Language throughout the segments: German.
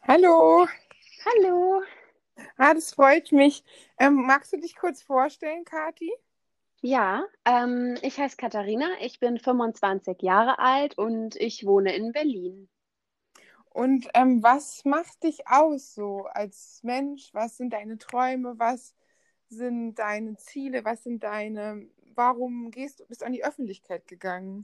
Hallo, Hallo. das freut mich. Magst du dich kurz vorstellen, Kati? Ja, ich heiße Katharina, ich bin 25 Jahre alt und ich wohne in Berlin. Und was macht dich aus so als Mensch? Was sind deine Träume? Was sind deine Ziele? Warum bist du an die Öffentlichkeit gegangen?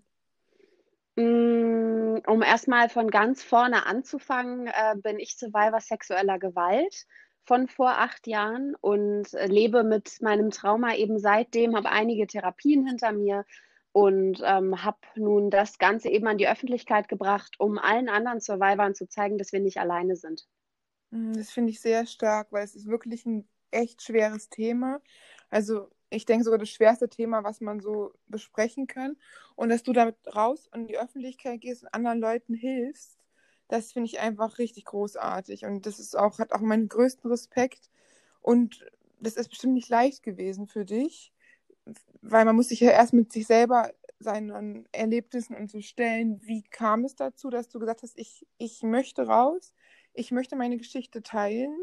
Um erstmal von ganz vorne anzufangen, bin ich Survivor sexueller Gewalt von vor 8 Jahren und lebe mit meinem Trauma eben seitdem, habe einige Therapien hinter mir und habe nun das Ganze eben an die Öffentlichkeit gebracht, um allen anderen Survivoren zu zeigen, dass wir nicht alleine sind. Das finde ich sehr stark, weil es ist wirklich ein echt schweres Thema. Also ich denke sogar das schwerste Thema, was man so besprechen kann. Und dass du damit raus in die Öffentlichkeit gehst und anderen Leuten hilfst, das finde ich einfach richtig großartig. Und hat auch meinen größten Respekt. Und das ist bestimmt nicht leicht gewesen für dich, weil man muss sich ja erst mit sich selber seinen Erlebnissen und so stellen. Wie kam es dazu, dass du gesagt hast, ich möchte raus, ich möchte meine Geschichte teilen?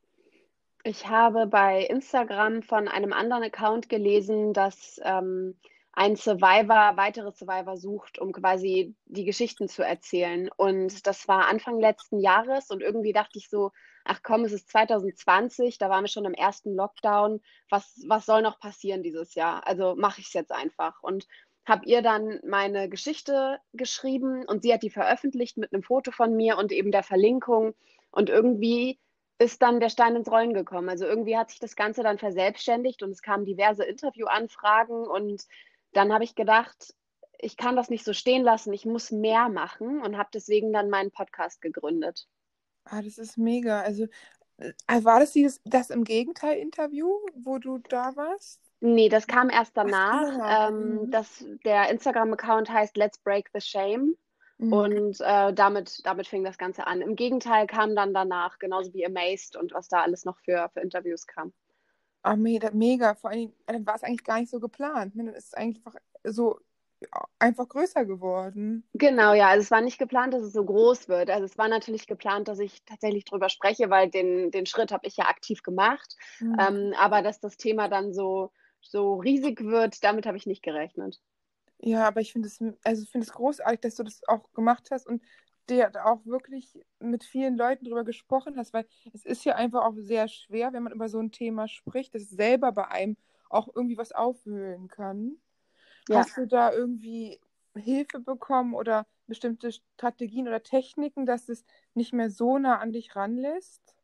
Ich habe bei Instagram von einem anderen Account gelesen, dass ein Survivor weitere Survivor sucht, um quasi die Geschichten zu erzählen. Und das war Anfang letzten Jahres und irgendwie dachte ich so, ach komm, es ist 2020, da waren wir schon im ersten Lockdown. Was soll noch passieren dieses Jahr? Also mache ich es jetzt einfach. Und habe ihr dann meine Geschichte geschrieben und sie hat die veröffentlicht mit einem Foto von mir und eben der Verlinkung. Und irgendwie ist dann der Stein ins Rollen gekommen. Also irgendwie hat sich das Ganze dann verselbstständigt und es kamen diverse Interviewanfragen und dann habe ich gedacht, ich kann das nicht so stehen lassen, ich muss mehr machen und habe deswegen dann meinen Podcast gegründet. Das ist mega. Also, war das im Gegenteil-Interview, wo du da warst? Nee, das kam erst Ach, das kam danach. danach. Mhm. Der Instagram-Account heißt Let's Break the Shame. Mhm. Und damit fing das Ganze an. Im Gegenteil kam dann danach, genauso wie Amazed und was da alles noch für Interviews kam. Mega, mega. Vor allem, war es eigentlich gar nicht so geplant. Ne? Dann ist es einfach so einfach größer geworden. Genau, ja. Also es war nicht geplant, dass es so groß wird. Also es war natürlich geplant, dass ich tatsächlich drüber spreche, weil den Schritt habe ich ja aktiv gemacht. Mhm. Aber dass das Thema dann so riesig wird, damit habe ich nicht gerechnet. Ja, aber ich finde es großartig, dass du das auch gemacht hast und dir da auch wirklich mit vielen Leuten drüber gesprochen hast, weil es ist ja einfach auch sehr schwer, wenn man über so ein Thema spricht, dass es selber bei einem auch irgendwie was aufwühlen kann. Ja. Hast du da irgendwie Hilfe bekommen oder bestimmte Strategien oder Techniken, dass es nicht mehr so nah an dich ranlässt?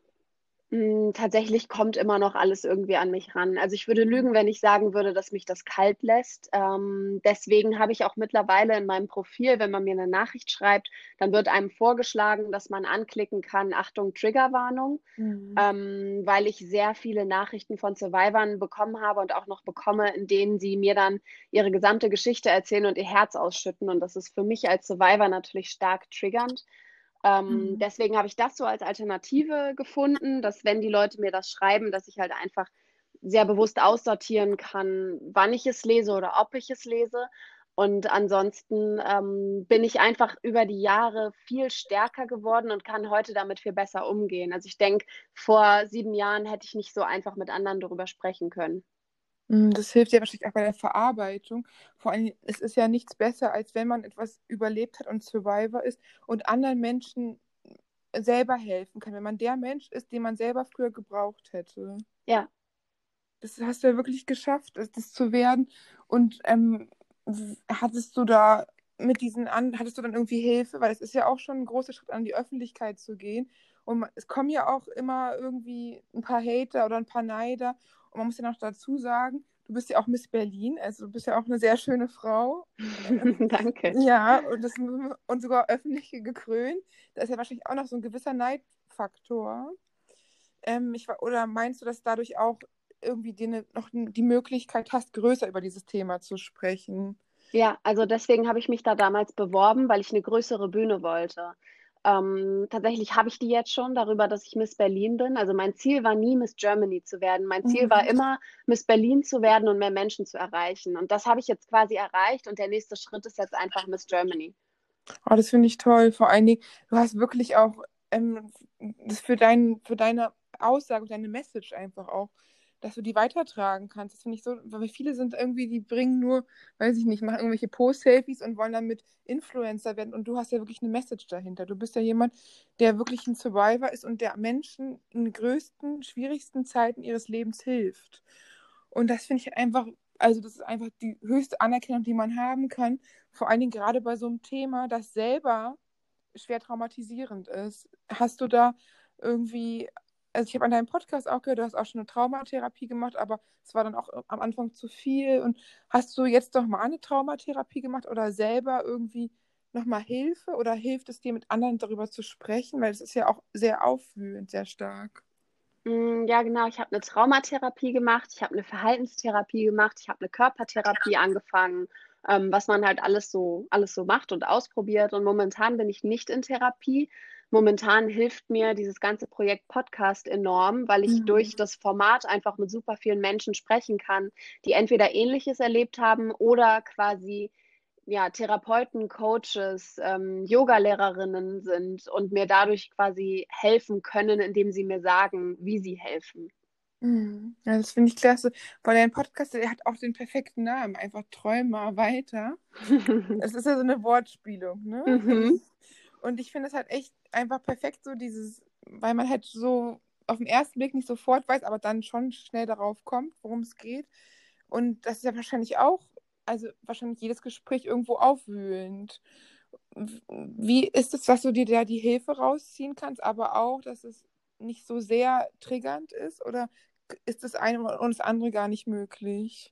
Tatsächlich kommt immer noch alles irgendwie an mich ran. Also ich würde lügen, wenn ich sagen würde, dass mich das kalt lässt. Deswegen habe ich auch mittlerweile in meinem Profil, wenn man mir eine Nachricht schreibt, dann wird einem vorgeschlagen, dass man anklicken kann, Achtung, Triggerwarnung, Mhm. weil ich sehr viele Nachrichten von Survivoren bekommen habe und auch noch bekomme, in denen sie mir dann ihre gesamte Geschichte erzählen und ihr Herz ausschütten. Und das ist für mich als Survivor natürlich stark triggernd. Mhm. Deswegen habe ich das so als Alternative gefunden, dass wenn die Leute mir das schreiben, dass ich halt einfach sehr bewusst aussortieren kann, wann ich es lese oder ob ich es lese. Und ansonsten bin ich einfach über die Jahre viel stärker geworden und kann heute damit viel besser umgehen. Also ich denke, vor 7 Jahren hätte ich nicht so einfach mit anderen darüber sprechen können. Das hilft ja wahrscheinlich auch bei der Verarbeitung. Vor allem, es ist ja nichts besser, als wenn man etwas überlebt hat und Survivor ist und anderen Menschen selber helfen kann, wenn man der Mensch ist, den man selber früher gebraucht hätte. Ja. Das hast du ja wirklich geschafft, das zu werden. Und hattest du da hattest du dann irgendwie Hilfe? Weil es ist ja auch schon ein großer Schritt, an die Öffentlichkeit zu gehen. Und es kommen ja auch immer irgendwie ein paar Hater oder ein paar Neider. Und man muss ja noch dazu sagen, du bist ja auch Miss Berlin, also du bist ja auch eine sehr schöne Frau. Danke. Ja, und sogar öffentlich gekrönt. Da ist ja wahrscheinlich auch noch so ein gewisser Neidfaktor. Oder meinst du, dass dadurch auch irgendwie noch die Möglichkeit hast, größer über dieses Thema zu sprechen? Ja, also deswegen habe ich mich da damals beworben, weil ich eine größere Bühne wollte. Tatsächlich habe ich die jetzt schon darüber, dass ich Miss Berlin bin. Also mein Ziel war nie, Miss Germany zu werden. Mein Ziel war Mhm. immer, Miss Berlin zu werden und mehr Menschen zu erreichen. Und das habe ich jetzt quasi erreicht und der nächste Schritt ist jetzt einfach Miss Germany. Das finde ich toll. Vor allen Dingen, du hast wirklich auch das für deine Aussage, deine Message einfach auch, dass du die weitertragen kannst. Das finde ich so, weil viele sind irgendwie, die bringen nur, weiß ich nicht, machen irgendwelche Post-Selfies und wollen damit Influencer werden und du hast ja wirklich eine Message dahinter. Du bist ja jemand, der wirklich ein Survivor ist und der Menschen in den größten, schwierigsten Zeiten ihres Lebens hilft. Und das finde ich einfach, also das ist einfach die höchste Anerkennung, die man haben kann, vor allen Dingen gerade bei so einem Thema, das selber schwer traumatisierend ist. Hast du da irgendwie, also ich habe an deinem Podcast auch gehört, du hast auch schon eine Traumatherapie gemacht, aber es war dann auch am Anfang zu viel. Und hast du jetzt doch mal eine Traumatherapie gemacht oder selber irgendwie nochmal Hilfe oder hilft es dir, mit anderen darüber zu sprechen? Weil es ist ja auch sehr aufwühlend, sehr stark. Ja, genau. Ich habe eine Traumatherapie gemacht, ich habe eine Verhaltenstherapie gemacht, ich habe eine Körpertherapie angefangen, was man halt alles so macht und ausprobiert. Und momentan bin ich nicht in Therapie. Momentan hilft mir dieses ganze Projekt Podcast enorm, weil ich Mhm. durch das Format einfach mit super vielen Menschen sprechen kann, die entweder Ähnliches erlebt haben oder quasi ja, Therapeuten, Coaches, Yoga-Lehrerinnen sind und mir dadurch quasi helfen können, indem sie mir sagen, wie sie helfen. Mhm. Ja, das finde ich klasse. Weil dein Podcast, der hat auch den perfekten Namen, einfach Träum mal weiter. Es ist ja so eine Wortspielung, ne? Mhm. Und ich finde es halt echt einfach perfekt, so dieses, weil man halt so auf den ersten Blick nicht sofort weiß, aber dann schon schnell darauf kommt, worum es geht. Und das ist ja wahrscheinlich auch, also wahrscheinlich jedes Gespräch irgendwo aufwühlend. Wie ist es, dass du dir da die Hilfe rausziehen kannst, aber auch, dass es nicht so sehr triggernd ist? Oder ist das eine und das andere gar nicht möglich?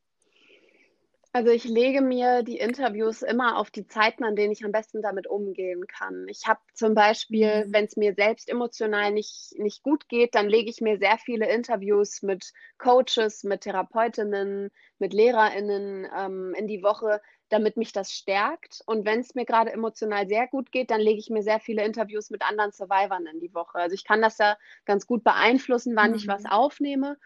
Also ich lege mir die Interviews immer auf die Zeiten, an denen ich am besten damit umgehen kann. Ich habe zum Beispiel, Mhm. wenn es mir selbst emotional nicht gut geht, dann lege ich mir sehr viele Interviews mit Coaches, mit Therapeutinnen, mit LehrerInnen in die Woche, damit mich das stärkt. Und wenn es mir gerade emotional sehr gut geht, dann lege ich mir sehr viele Interviews mit anderen Survivern in die Woche. Also ich kann das ja ganz gut beeinflussen, wann ich was Mhm. aufnehme.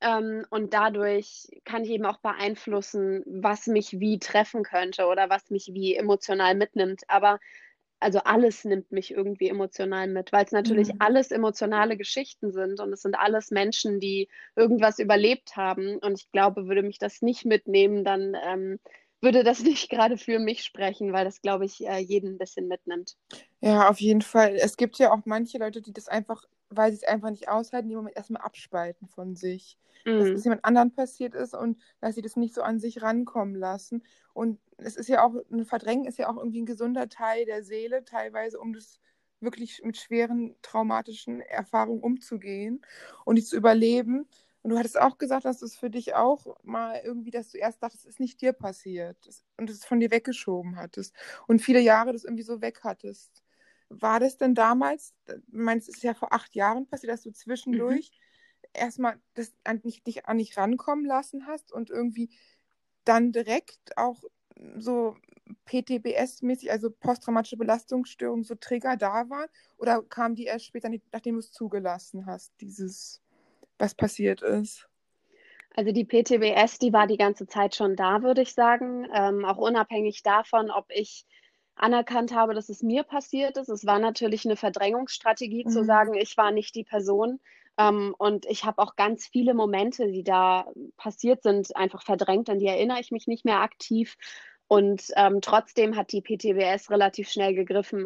Und dadurch kann ich eben auch beeinflussen, was mich wie treffen könnte oder was mich wie emotional mitnimmt. Aber also alles nimmt mich irgendwie emotional mit, weil es natürlich Mhm. alles emotionale Geschichten sind und es sind alles Menschen, die irgendwas überlebt haben. Und ich glaube, würde mich das nicht mitnehmen, dann würde das nicht gerade für mich sprechen, weil das, glaube ich, jeden ein bisschen mitnimmt. Ja, auf jeden Fall. Es gibt ja auch manche Leute, die das einfach, weil sie es einfach nicht aushalten, die im Moment erstmal abspalten von sich. Dass Mm, es jemand anderen passiert ist und dass sie das nicht so an sich rankommen lassen. Und es ist ja auch, ein Verdrängen ist ja auch irgendwie ein gesunder Teil der Seele, teilweise, um das wirklich mit schweren traumatischen Erfahrungen umzugehen und die zu überleben. Und du hattest auch gesagt, dass es für dich auch mal irgendwie, dass du erst dachtest, es ist nicht dir passiert und es von dir weggeschoben hattest und viele Jahre das irgendwie so weg hattest. War das denn damals, du meinst, es ist ja vor 8 Jahren passiert, dass du mhm. zwischendurch erstmal das dich an dich rankommen lassen hast und irgendwie dann direkt auch so PTBS-mäßig, also posttraumatische Belastungsstörung, so Trigger da waren? Oder kam die erst später, nachdem du es zugelassen hast, dieses, was passiert ist? Also die PTBS, die war die ganze Zeit schon da, würde ich sagen. Auch unabhängig davon, ob ich anerkannt habe, dass es mir passiert ist. Es war natürlich eine Verdrängungsstrategie zu Mhm. sagen, ich war nicht die Person. Und ich habe auch ganz viele Momente, die da passiert sind, einfach verdrängt, an die erinnere ich mich nicht mehr aktiv. Und trotzdem hat die PTBS relativ schnell gegriffen,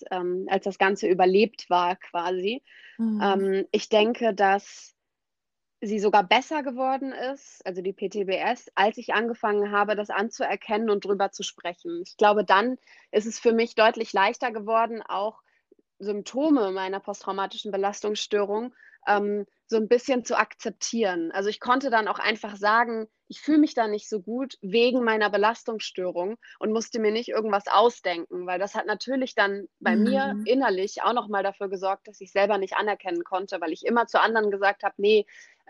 als das Ganze überlebt war, quasi. Mhm. Ich denke, dass sie sogar besser geworden ist, also die PTBS, als ich angefangen habe, das anzuerkennen und drüber zu sprechen. Ich glaube, dann ist es für mich deutlich leichter geworden, auch Symptome meiner posttraumatischen Belastungsstörung so ein bisschen zu akzeptieren. Also ich konnte dann auch einfach sagen, ich fühle mich da nicht so gut wegen meiner Belastungsstörung und musste mir nicht irgendwas ausdenken, weil das hat natürlich dann bei mir Mhm. innerlich auch nochmal dafür gesorgt, dass ich selber nicht anerkennen konnte, weil ich immer zu anderen gesagt habe, nee,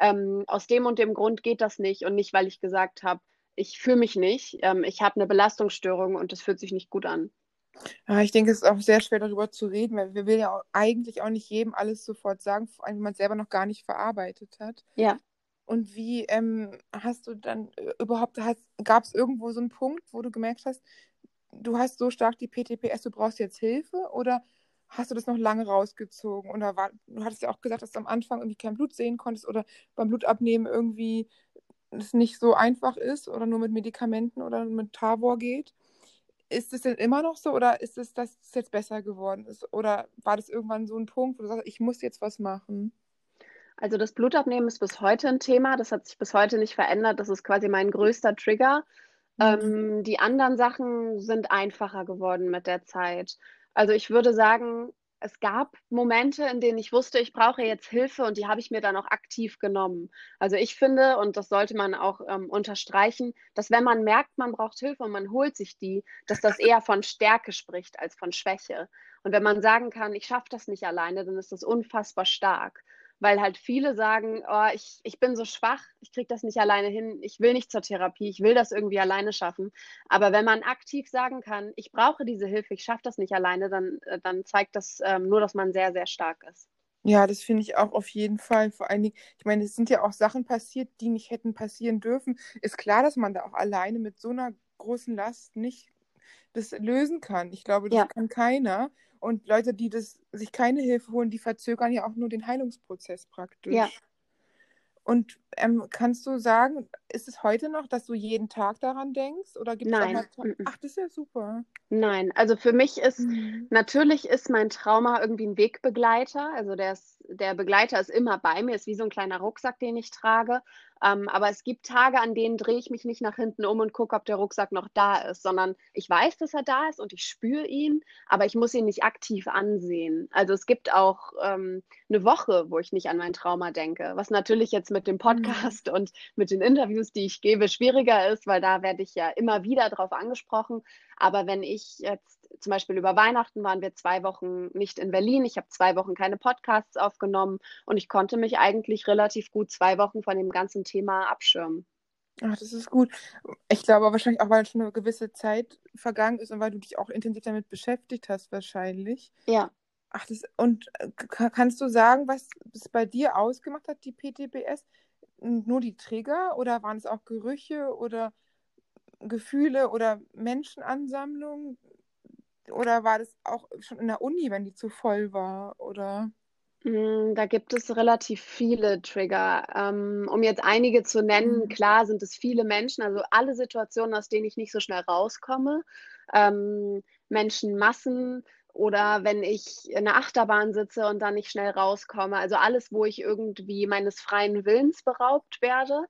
aus dem und dem Grund geht das nicht und nicht, weil ich gesagt habe, ich fühle mich nicht, ich habe eine Belastungsstörung und das fühlt sich nicht gut an. Ja, ich denke, es ist auch sehr schwer darüber zu reden, weil wir will ja auch eigentlich auch nicht jedem alles sofort sagen, vor allem wenn man es selber noch gar nicht verarbeitet hat. Ja. Und wie hast du dann überhaupt, gab es irgendwo so einen Punkt, wo du gemerkt hast, du hast so stark die PTPS, du brauchst jetzt Hilfe? Oder hast du das noch lange rausgezogen? Oder du hattest ja auch gesagt, dass du am Anfang irgendwie kein Blut sehen konntest oder beim Blutabnehmen irgendwie es nicht so einfach ist oder nur mit Medikamenten oder mit Tavor geht. Ist es denn immer noch so oder ist es, dass es jetzt besser geworden ist? Oder war das irgendwann so ein Punkt, wo du sagst, ich muss jetzt was machen? Also das Blutabnehmen ist bis heute ein Thema. Das hat sich bis heute nicht verändert. Das ist quasi mein größter Trigger. Hm. Die anderen Sachen sind einfacher geworden mit der Zeit. Also ich würde sagen, es gab Momente, in denen ich wusste, ich brauche jetzt Hilfe und die habe ich mir dann auch aktiv genommen. Also ich finde, und das sollte man auch unterstreichen, dass wenn man merkt, man braucht Hilfe und man holt sich die, dass das eher von Stärke spricht als von Schwäche. Und wenn man sagen kann, ich schaffe das nicht alleine, dann ist das unfassbar stark. Weil halt viele sagen, oh, ich bin so schwach, ich kriege das nicht alleine hin, ich will nicht zur Therapie, ich will das irgendwie alleine schaffen. Aber wenn man aktiv sagen kann, ich brauche diese Hilfe, ich schaffe das nicht alleine, dann zeigt das nur, dass man sehr, sehr stark ist. Ja, das finde ich auch auf jeden Fall. Vor allen Dingen, ich meine, es sind ja auch Sachen passiert, die nicht hätten passieren dürfen. Ist klar, dass man da auch alleine mit so einer großen Last nicht das lösen kann. Ich glaube, das Ja, kann keiner. Und Leute, die sich keine Hilfe holen, die verzögern ja auch nur den Heilungsprozess ja. praktisch. Und kannst du sagen, ist es heute noch, dass du jeden Tag daran denkst? Oder gibt es auch mal Nein. Mm-mm. Ach, das ist ja super. Nein, also für mich ist, Mhm. natürlich ist mein Trauma irgendwie ein Wegbegleiter. Also der Begleiter ist immer bei mir, ist wie so ein kleiner Rucksack, den ich trage. Aber es gibt Tage, an denen drehe ich mich nicht nach hinten um und gucke, ob der Rucksack noch da ist, sondern ich weiß, dass er da ist und ich spüre ihn, aber ich muss ihn nicht aktiv ansehen. Also es gibt auch eine Woche, wo ich nicht an mein Trauma denke, was natürlich jetzt mit dem Mhm. Podcast und mit den Interviews, die ich gebe, schwieriger ist, weil da werde ich ja immer wieder drauf angesprochen. Aber wenn ich jetzt zum Beispiel über Weihnachten waren wir 2 Wochen nicht in Berlin, ich habe 2 Wochen keine Podcasts aufgenommen und ich konnte mich eigentlich relativ gut 2 Wochen von dem ganzen Thema abschirmen. Ach, das ist gut. Ich glaube wahrscheinlich auch, weil schon eine gewisse Zeit vergangen ist und weil du dich auch intensiv damit beschäftigt hast, wahrscheinlich. Ja. Ach, und kannst du sagen, was es bei dir ausgemacht hat, die PTBS? Nur die Trigger oder waren es auch Gerüche oder Gefühle oder Menschenansammlungen? Oder war das auch schon in der Uni, wenn die zu voll war? Oder? Da gibt es relativ viele Trigger. Um jetzt einige zu nennen, Mhm. klar sind es viele Menschen, also alle Situationen, aus denen ich nicht so schnell rauskomme. Menschenmassen oder wenn ich in der Achterbahn sitze und dann nicht schnell rauskomme. Also alles, wo ich irgendwie meines freien Willens beraubt werde.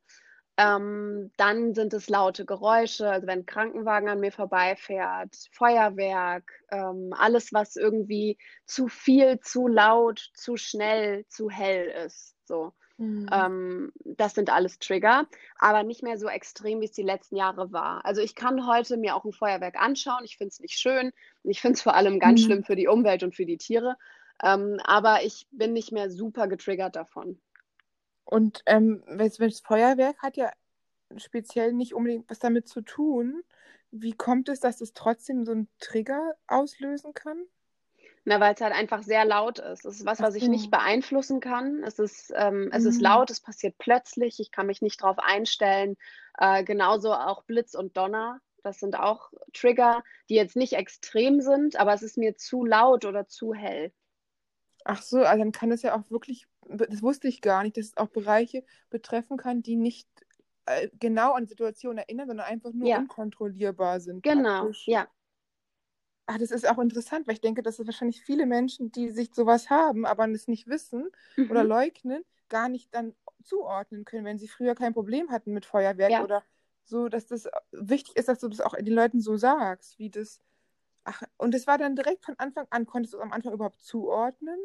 Dann sind es laute Geräusche, also wenn ein Krankenwagen an mir vorbeifährt, Feuerwerk, alles, was irgendwie zu viel, zu laut, zu schnell, zu hell ist. So. Mhm. Das sind alles Trigger, aber nicht mehr so extrem, wie es die letzten Jahre war. Also ich kann heute mir auch ein Feuerwerk anschauen. Ich finde es nicht schön. Und ich finde es vor allem ganz Mhm. schlimm für die Umwelt und für die Tiere. Aber ich bin nicht mehr super getriggert davon. Und das Feuerwerk hat ja speziell nicht unbedingt was damit zu tun. Wie kommt es, dass es trotzdem so einen Trigger auslösen kann? Na, weil es halt einfach sehr laut ist. Es ist was, Ach was ich nicht so. beeinflussen kann. Es ist Mhm. laut, es passiert plötzlich, ich kann mich nicht drauf einstellen. Genauso auch Blitz und Donner. Das sind auch Trigger, die jetzt nicht extrem sind, aber es ist mir zu laut oder zu hell. Ach so, also dann kann es ja auch wirklich, das wusste ich gar nicht, dass es auch Bereiche betreffen kann, die nicht genau an Situationen erinnern, sondern einfach nur Ja, unkontrollierbar sind genau, praktisch. ja, Ah, das ist auch interessant, weil ich denke, dass es wahrscheinlich viele Menschen, die sich sowas haben, aber es nicht wissen oder mhm, leugnen, gar nicht dann zuordnen können, wenn sie früher kein Problem hatten mit Feuerwerk ja. oder so, dass das wichtig ist, dass du das auch den Leuten so sagst, wie das. Ach, und das war dann direkt von Anfang an, konntest du es am Anfang überhaupt zuordnen?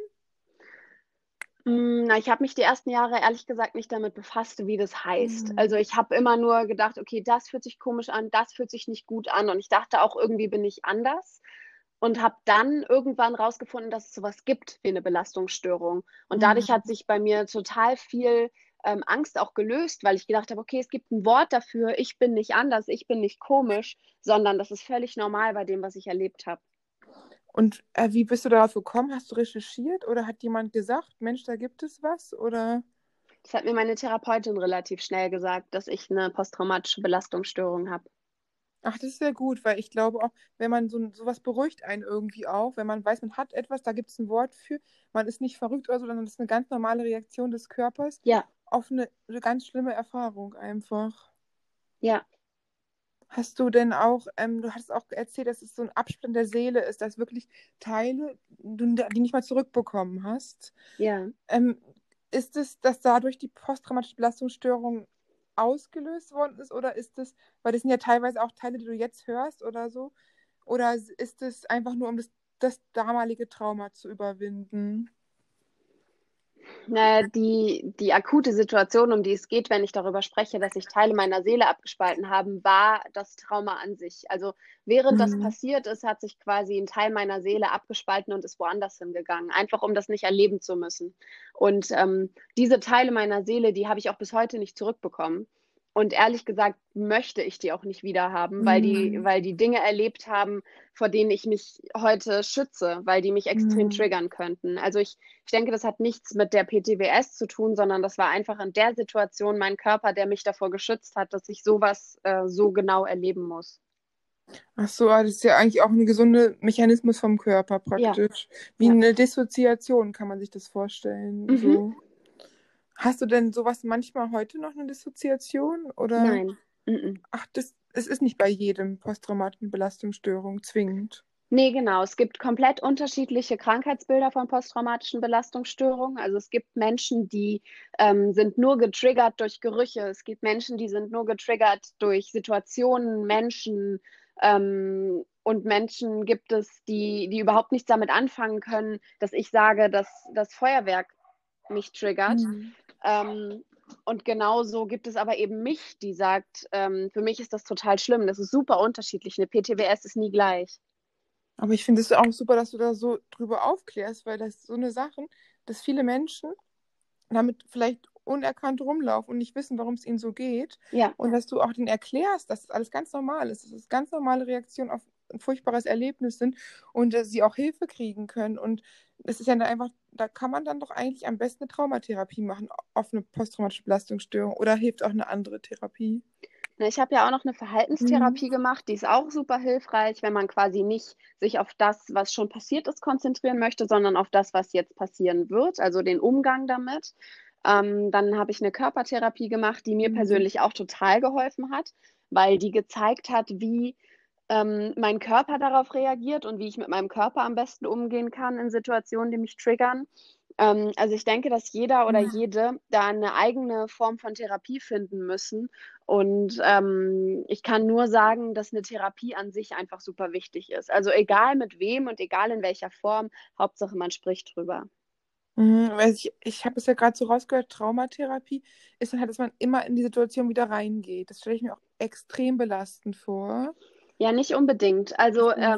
Na, ich habe mich die ersten Jahre ehrlich gesagt nicht damit befasst, wie das heißt. Hm. Also ich habe immer nur gedacht, okay, das fühlt sich komisch an, das fühlt sich nicht gut an. Und ich dachte auch, irgendwie bin ich anders. Und habe dann irgendwann rausgefunden, dass es sowas gibt wie eine Belastungsstörung. Und dadurch hat Hm. sich bei mir total viel Angst auch gelöst, weil ich gedacht habe, okay, es gibt ein Wort dafür, ich bin nicht anders, ich bin nicht komisch, sondern das ist völlig normal bei dem, was ich erlebt habe. Und wie bist du darauf gekommen? Hast du recherchiert oder hat jemand gesagt, Mensch, da gibt es was? Oder? Das hat mir meine Therapeutin relativ schnell gesagt, dass ich eine posttraumatische Belastungsstörung habe. Ach, das ist sehr gut, weil ich glaube auch, wenn man sowas beruhigt einen irgendwie auch, wenn man weiß, man hat etwas, da gibt es ein Wort für, man ist nicht verrückt oder so, sondern das ist eine ganz normale Reaktion des Körpers Ja, auf eine ganz schlimme Erfahrung einfach. ja, Hast du denn auch, du hast auch erzählt, dass es so ein Abspann der Seele ist, dass wirklich Teile, die nicht mal zurückbekommen hast. ja. Ähm, Ist es, dass dadurch die posttraumatische Belastungsstörung ausgelöst worden ist oder ist es, weil das sind ja teilweise auch Teile, die du jetzt hörst oder so, oder ist es einfach nur, um das damalige Trauma zu überwinden? Die akute Situation, um die es geht, wenn ich darüber spreche, dass sich Teile meiner Seele abgespalten haben, war das Trauma an sich. Also während das Mhm. passiert ist, hat sich quasi ein Teil meiner Seele abgespalten und ist woanders hingegangen, einfach um das nicht erleben zu müssen. Und diese Teile meiner Seele, die habe ich auch bis heute nicht zurückbekommen. Und ehrlich gesagt möchte ich die auch nicht wieder haben, Mhm. weil die Dinge erlebt haben, vor denen ich mich heute schütze, weil die mich extrem Mhm. triggern könnten. Also ich denke, das hat nichts mit der PTBS zu tun, sondern das war einfach in der Situation mein Körper, der mich davor geschützt hat, dass ich sowas so genau erleben muss. Ach so, das ist ja eigentlich auch ein gesunder Mechanismus vom Körper Ja, praktisch. Wie ja. eine Dissoziation kann man sich das vorstellen. Mhm. So. Hast du denn sowas manchmal heute noch eine Dissoziation? Oder Nein. Mhm. ach, es ist nicht bei jedem posttraumatischen Belastungsstörung zwingend. Nee, genau. Es gibt komplett unterschiedliche Krankheitsbilder von posttraumatischen Belastungsstörungen. Also es gibt Menschen, die sind nur getriggert durch Gerüche. Es gibt Menschen, die sind nur getriggert durch Situationen, Menschen. Und Menschen gibt es, die überhaupt nichts damit anfangen können, dass ich sage, dass das Feuerwerk mich triggert. Mhm. Ähm, und genauso gibt es aber eben mich, die sagt, für mich ist das total schlimm. Das ist super unterschiedlich. Eine PTBS ist nie gleich. Aber ich finde es auch super, dass du da so drüber aufklärst, weil das ist so eine Sache, dass viele Menschen damit vielleicht unerkannt rumlaufen und nicht wissen, warum es ihnen so geht. Ja. Und dass du auch denen erklärst, dass das alles ganz normal ist, dass es ganz normale Reaktionen auf ein furchtbares Erlebnis sind und dass sie auch Hilfe kriegen können. Und das ist ja dann einfach, da kann man dann doch eigentlich am besten eine Traumatherapie machen auf eine posttraumatische Belastungsstörung oder hilft auch eine andere Therapie. Ne, ich habe ja auch noch eine Mhm. Verhaltenstherapie gemacht, die ist auch super hilfreich, wenn man quasi nicht sich auf das, was schon passiert ist, konzentrieren möchte, sondern auf das, was jetzt passieren wird, also den Umgang damit. Dann habe ich eine Körpertherapie gemacht, die mir Mhm. persönlich auch total geholfen hat, weil die gezeigt hat, wie mein Körper darauf reagiert und wie ich mit meinem Körper am besten umgehen kann in Situationen, die mich triggern. Also ich denke, dass jeder oder Mhm. jede da eine eigene Form von Therapie finden müssen. Und ich kann nur sagen, dass eine Therapie an sich einfach super wichtig ist. Also egal mit wem und egal in welcher Form, Hauptsache man spricht drüber. Weil ich habe es ja gerade so rausgehört, Traumatherapie ist dann halt, dass man immer in die Situation wieder reingeht. Das stelle ich mir auch extrem belastend vor. Ja, nicht unbedingt. Ach Also so.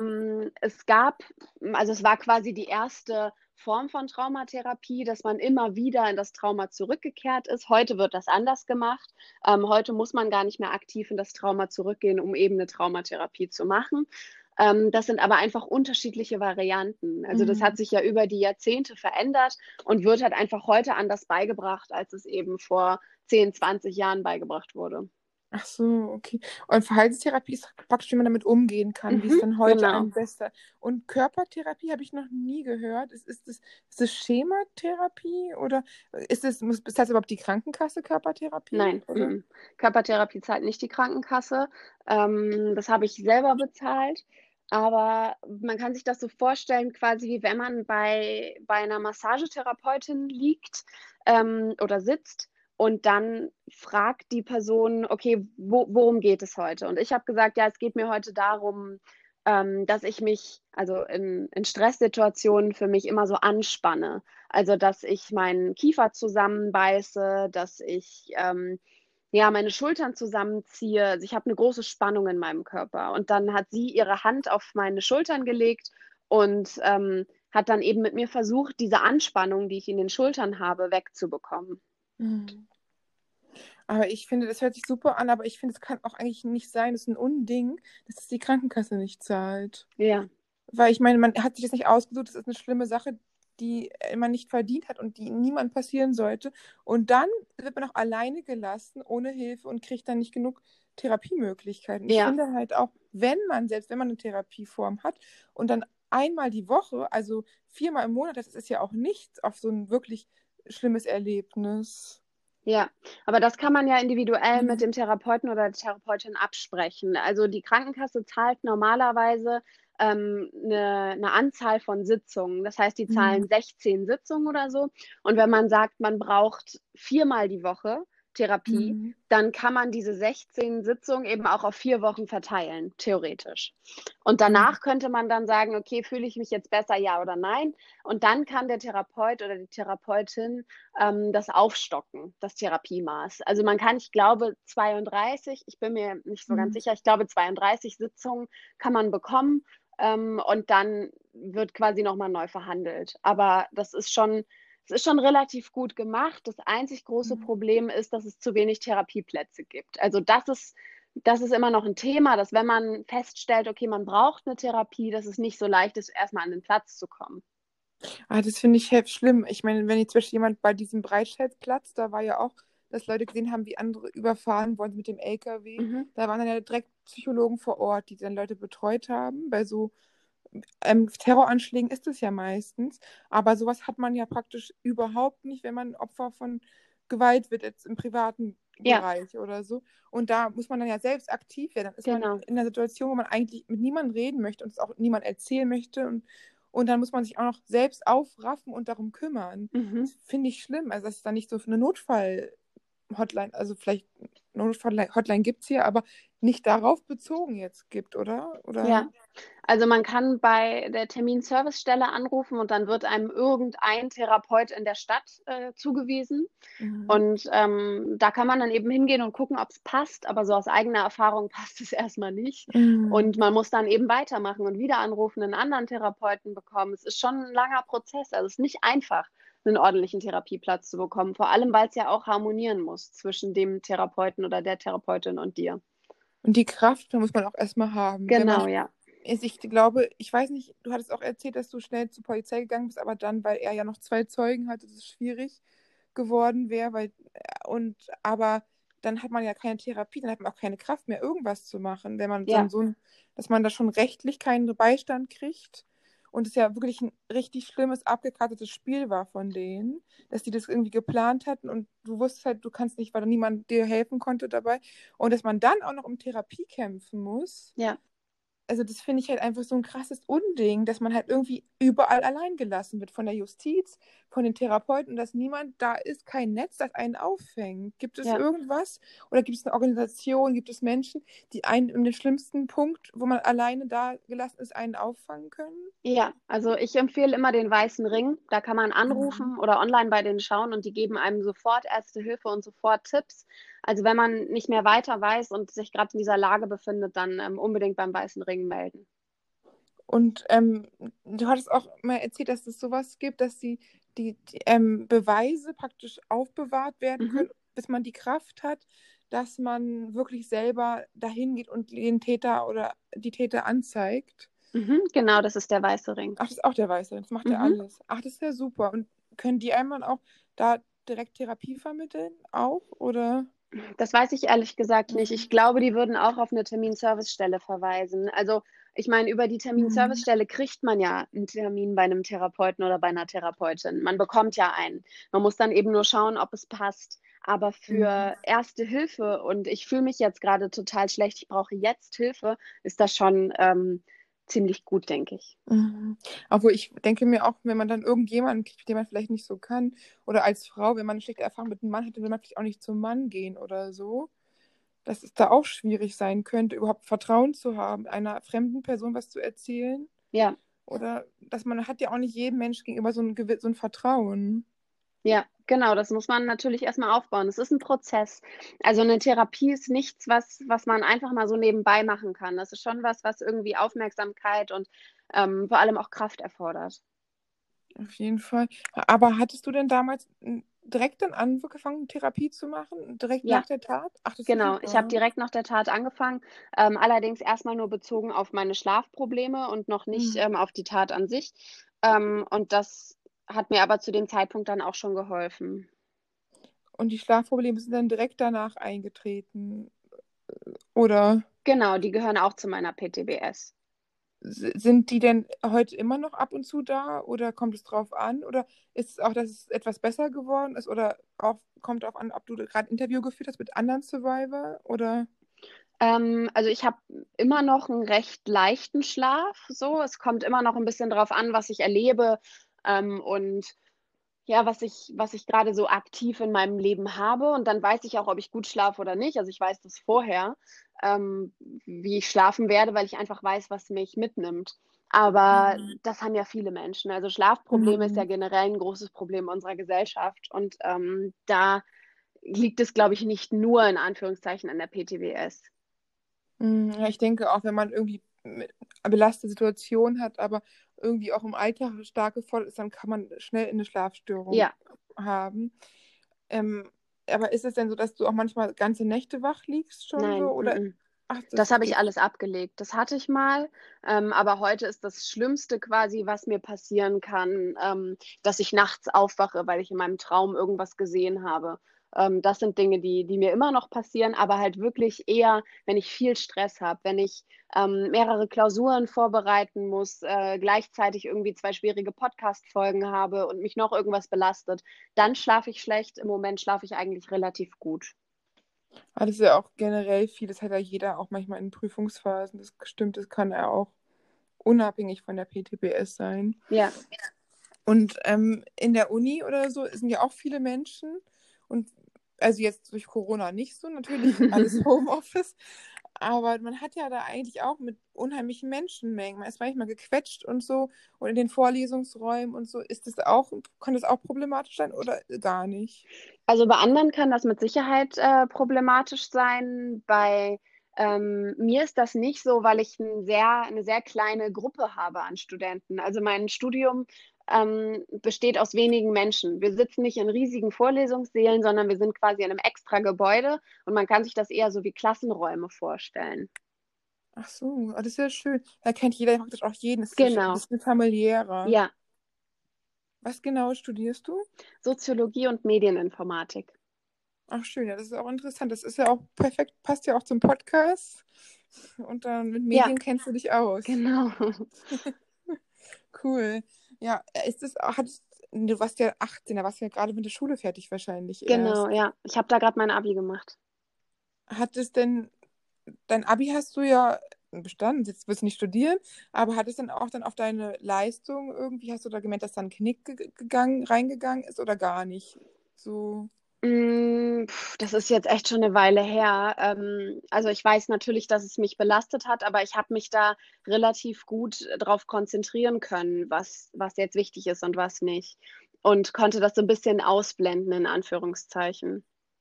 also es war quasi die erste Form von Traumatherapie, dass man immer wieder in das Trauma zurückgekehrt ist. Heute wird das anders gemacht. Heute muss man gar nicht mehr aktiv in das Trauma zurückgehen, um eben eine Traumatherapie zu machen. Das sind aber einfach unterschiedliche Varianten. Also das hat Mhm. sich ja über die Jahrzehnte verändert und wird halt einfach heute anders beigebracht, als es eben vor 10, 20 Jahren beigebracht wurde. Ach so, okay. Und Verhaltenstherapie ist praktisch, wie man damit umgehen kann, wie es Mhm, dann heute genau. einem besser. Und Körpertherapie habe ich noch nie gehört. Ist es Schematherapie oder bezahlt überhaupt die Krankenkasse Körpertherapie? Nein, Oder? mm-mm. Körpertherapie zahlt nicht die Krankenkasse. Das habe ich selber bezahlt. Aber man kann sich das so vorstellen, quasi wie wenn man bei einer Massagetherapeutin liegt oder sitzt und dann fragt die Person, okay, worum geht es heute? Und ich habe gesagt, ja, es geht mir heute darum, dass ich mich, also in Stresssituationen für mich immer so anspanne. Also, dass ich meinen Kiefer zusammenbeiße, dass ich ja, meine Schultern zusammenziehe. Also ich habe eine große Spannung in meinem Körper. Und dann hat sie ihre Hand auf meine Schultern gelegt und hat dann eben mit mir versucht, diese Anspannung, die ich in den Schultern habe, wegzubekommen. Mhm. Aber ich finde, das hört sich super an, aber ich finde, es kann auch eigentlich nicht sein, das ist ein Unding, dass es die Krankenkasse nicht zahlt. Ja, Weil ich meine, man hat sich das nicht ausgesucht, das ist eine schlimme Sache, die man nicht verdient hat und die niemand passieren sollte. Und dann wird man auch alleine gelassen, ohne Hilfe und kriegt dann nicht genug Therapiemöglichkeiten. Ich Ja. finde halt auch, selbst wenn man eine Therapieform hat und dann einmal die Woche, also 4-mal im Monat, das ist ja auch nichts auf so ein wirklich schlimmes Erlebnis. Ja, aber das kann man ja individuell mit Mhm. dem Therapeuten oder der Therapeutin absprechen. Also die Krankenkasse zahlt normalerweise eine Anzahl von Sitzungen. Das heißt, die Mhm. zahlen 16 Sitzungen oder so. Und wenn man sagt, man braucht 4-mal die Woche Therapie, Mhm. dann kann man diese 16 Sitzungen eben auch auf 4 Wochen verteilen, theoretisch. Und Mhm. danach könnte man dann sagen, okay, fühle ich mich jetzt besser, ja oder nein? Und dann kann der Therapeut oder die Therapeutin das Aufstocken, das Therapiemaß. Also man kann, ich glaube, 32, ich bin mir nicht so ganz Mhm. sicher, ich glaube 32 Sitzungen kann man bekommen und dann wird quasi nochmal neu verhandelt. Aber es ist schon relativ gut gemacht. Das einzig große Mhm. Problem ist, dass es zu wenig Therapieplätze gibt. Also das ist immer noch ein Thema, dass wenn man feststellt, okay, man braucht eine Therapie, dass es nicht so leicht ist, erstmal an den Platz zu kommen. Das finde ich heftig schlimm. Ich meine, wenn jetzt zum Beispiel jemand bei diesem Breitscheidplatz, da war ja auch, dass Leute gesehen haben, wie andere überfahren worden sind mit dem LKW. Mhm. Da waren dann ja direkt Psychologen vor Ort, die dann Leute betreut haben. Bei so Terroranschlägen ist es ja meistens. Aber sowas hat man ja praktisch überhaupt nicht, wenn man Opfer von Gewalt wird, jetzt im privaten Ja, Bereich oder so. Und da muss man dann ja selbst aktiv werden. Dann ist man genau. in einer Situation, wo man eigentlich mit niemandem reden möchte und es auch niemand erzählen möchte. Und dann muss man sich auch noch selbst aufraffen und darum kümmern. Mhm. Das finde ich schlimm. Also, dass es da nicht so eine Notfall-Hotline, also vielleicht Notfall-Hotline gibt es hier, aber nicht darauf bezogen jetzt gibt, oder? Oder? Ja, also man kann bei der Terminservicestelle anrufen und dann wird einem irgendein Therapeut in der Stadt zugewiesen. Mhm. Und da kann man dann eben hingehen und gucken, ob es passt. Aber so aus eigener Erfahrung passt es erstmal nicht. Mhm. Und man muss dann eben weitermachen und wieder anrufen, einen anderen Therapeuten bekommen. Es ist schon ein langer Prozess. Also es ist nicht einfach, einen ordentlichen Therapieplatz zu bekommen. Vor allem, weil es ja auch harmonieren muss zwischen dem Therapeuten oder der Therapeutin und dir. Und die Kraft, da muss man auch erstmal haben. Wenn man, Genau, ja. ich glaube, ich weiß nicht, du hattest auch erzählt, dass du schnell zur Polizei gegangen bist, aber dann, weil er ja noch 2 Zeugen hatte, dass es schwierig geworden wäre, aber dann hat man ja keine Therapie, dann hat man auch keine Kraft mehr, irgendwas zu machen, wenn man dann Ja, dass man da schon rechtlich keinen Beistand kriegt und es ja wirklich ein richtig schlimmes, abgekartetes Spiel war von denen, dass die das irgendwie geplant hatten und du wusstest halt, du kannst nicht, weil niemand dir helfen konnte dabei und dass man dann auch noch um Therapie kämpfen muss. ja. Also das finde ich halt einfach so ein krasses Unding, dass man halt irgendwie überall allein gelassen wird von der Justiz, von den Therapeuten und dass niemand da ist, kein Netz, das einen auffängt. Gibt es Ja. irgendwas oder gibt es eine Organisation, gibt es Menschen, die einen in den schlimmsten Punkt, wo man alleine da gelassen ist, einen auffangen können? Ja, also ich empfehle immer den Weißen Ring. Da kann man Mhm. anrufen oder online bei denen schauen und die geben einem sofort Erste Hilfe und sofort Tipps. Also wenn man nicht mehr weiter weiß und sich gerade in dieser Lage befindet, dann unbedingt beim Weißen Ring melden. Und du hattest auch mal erzählt, dass es sowas gibt, dass die Beweise praktisch aufbewahrt werden Mhm. können, bis man die Kraft hat, dass man wirklich selber dahin geht und den Täter oder die Täter anzeigt. Mhm, genau, das ist der Weiße Ring. Ach, das ist auch der Weiße, das macht er Mhm. alles. Ach, das ist ja super. Und können die einmal auch da direkt Therapie vermitteln? Auch? Oder? Das weiß ich ehrlich gesagt nicht. Mhm. Ich glaube, die würden auch auf eine Terminservicestelle verweisen. Also ich meine, über die Mhm. Terminservicestelle kriegt man ja einen Termin bei einem Therapeuten oder bei einer Therapeutin. Man bekommt ja einen. Man muss dann eben nur schauen, ob es passt. Aber Mhm. für Erste Hilfe und ich fühle mich jetzt gerade total schlecht, ich brauche jetzt Hilfe, ist das schon ziemlich gut, denke ich. Mhm. Obwohl ich denke mir auch, wenn man dann irgendjemanden kriegt, den man vielleicht nicht so kann, oder als Frau, wenn man eine schlechte Erfahrung mit einem Mann hatte, will man vielleicht auch nicht zum Mann gehen oder so, dass es da auch schwierig sein könnte, überhaupt Vertrauen zu haben, einer fremden Person was zu erzählen. Ja. Oder dass man hat ja auch nicht jedem Mensch gegenüber so ein Vertrauen. Ja, genau, das muss man natürlich erstmal aufbauen. Es ist ein Prozess. Also eine Therapie ist nichts, was man einfach mal so nebenbei machen kann. Das ist schon was, was irgendwie Aufmerksamkeit und vor allem auch Kraft erfordert. Auf jeden Fall. Aber hattest du denn damals direkt dann angefangen, Therapie zu machen? Direkt nach Ja, der Tat? Ach, das ist ja genau. Ich habe super. direkt nach der Tat angefangen, allerdings erstmal nur bezogen auf meine Schlafprobleme und noch nicht Mhm. auf die Tat an sich. Und das hat mir aber zu dem Zeitpunkt dann auch schon geholfen. Und die Schlafprobleme sind dann direkt danach eingetreten. Oder Genau, die gehören auch zu meiner PTBS. sind die denn heute immer noch ab und zu da? Oder kommt es drauf an? Oder ist es auch, dass es etwas besser geworden ist? Oder auch, kommt darauf an, ob du gerade ein Interview geführt hast mit anderen Survivor? Oder? Also ich habe immer noch einen recht leichten Schlaf, so. Es kommt immer noch ein bisschen drauf an, was ich erlebe, und ja, was ich gerade so aktiv in meinem Leben habe. Und dann weiß ich auch, ob ich gut schlafe oder nicht. Also ich weiß das vorher, wie ich schlafen werde, weil ich einfach weiß, was mich mitnimmt. Aber Mhm. das haben ja viele Menschen. Also Schlafprobleme ist ja Mhm. generell ein großes Problem unserer Gesellschaft. Und da liegt es, glaube ich, nicht nur in Anführungszeichen an der PTBS. Ja, ich denke auch, wenn man irgendwie eine belastete Situation hat, aber irgendwie auch im Alltag stark gefordert ist, dann kann man schnell eine Schlafstörung Ja. haben. Ähm, aber ist es denn so, dass du auch manchmal ganze Nächte wach liegst schon so? Nein, Oder mm-mm. ach, Das das habe ich geht. alles abgelegt. Das hatte ich mal, aber heute ist das Schlimmste quasi, was mir passieren kann, dass ich nachts aufwache, weil ich in meinem Traum irgendwas gesehen habe. Das sind Dinge, die mir immer noch passieren, aber halt wirklich eher, wenn ich viel Stress habe, wenn ich mehrere Klausuren vorbereiten muss, gleichzeitig irgendwie zwei schwierige Podcast-Folgen habe und mich noch irgendwas belastet, dann schlafe ich schlecht. Im Moment schlafe ich eigentlich relativ gut. Aber das ist ja auch generell viel, das hat ja jeder auch manchmal in Prüfungsphasen. Das stimmt, das kann ja auch unabhängig von der PTBS sein. Ja. Und in der Uni oder so sind ja auch viele Menschen. Und also jetzt durch Corona nicht so, natürlich alles Homeoffice. Aber man hat ja da eigentlich auch mit unheimlichen Menschenmengen. Man ist manchmal gequetscht und so. Und in den Vorlesungsräumen und so. Kann das auch problematisch sein oder gar nicht? Also bei anderen kann das mit Sicherheit problematisch sein. Bei mir ist das nicht so, weil ich eine sehr kleine Gruppe habe an Studenten. Also mein Studium besteht aus wenigen Menschen. Wir sitzen nicht in riesigen Vorlesungssälen, sondern wir sind quasi in einem extra Gebäude und man kann sich das eher so wie Klassenräume vorstellen. Ach so, das ist ja schön. Da kennt jeder praktisch auch jeden. Das ist so ein Genau, bisschen familiärer. ja. Was genau studierst du? Soziologie und Medieninformatik. Ach schön, ja, das ist auch interessant. Das ist ja auch perfekt, passt ja auch zum Podcast. Und dann mit Ja, Medien kennst du dich aus. genau. Cool. Ja, du warst ja 18, da warst du ja gerade mit der Schule fertig wahrscheinlich Genau, erst. ja. Ich habe da gerade mein Abi gemacht. Hat es denn, dein Abi hast du ja bestanden, jetzt willst du nicht studieren, aber hat es dann auch dann auf deine Leistung irgendwie, hast du da gemerkt, dass da ein Knick reingegangen ist oder gar nicht? So. Das ist jetzt echt schon eine Weile her. Also ich weiß natürlich, dass es mich belastet hat, aber ich habe mich da relativ gut drauf konzentrieren können, was jetzt wichtig ist und was nicht. Und konnte das so ein bisschen ausblenden, in Anführungszeichen.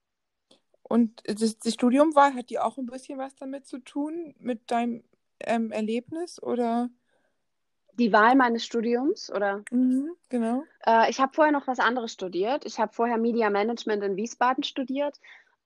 Und das Studiumwahl, hat die auch ein bisschen was damit zu tun, mit deinem Erlebnis, oder? Die Wahl meines Studiums, oder? Mhm, genau. Ich habe vorher noch was anderes studiert. Ich habe vorher Media Management in Wiesbaden studiert.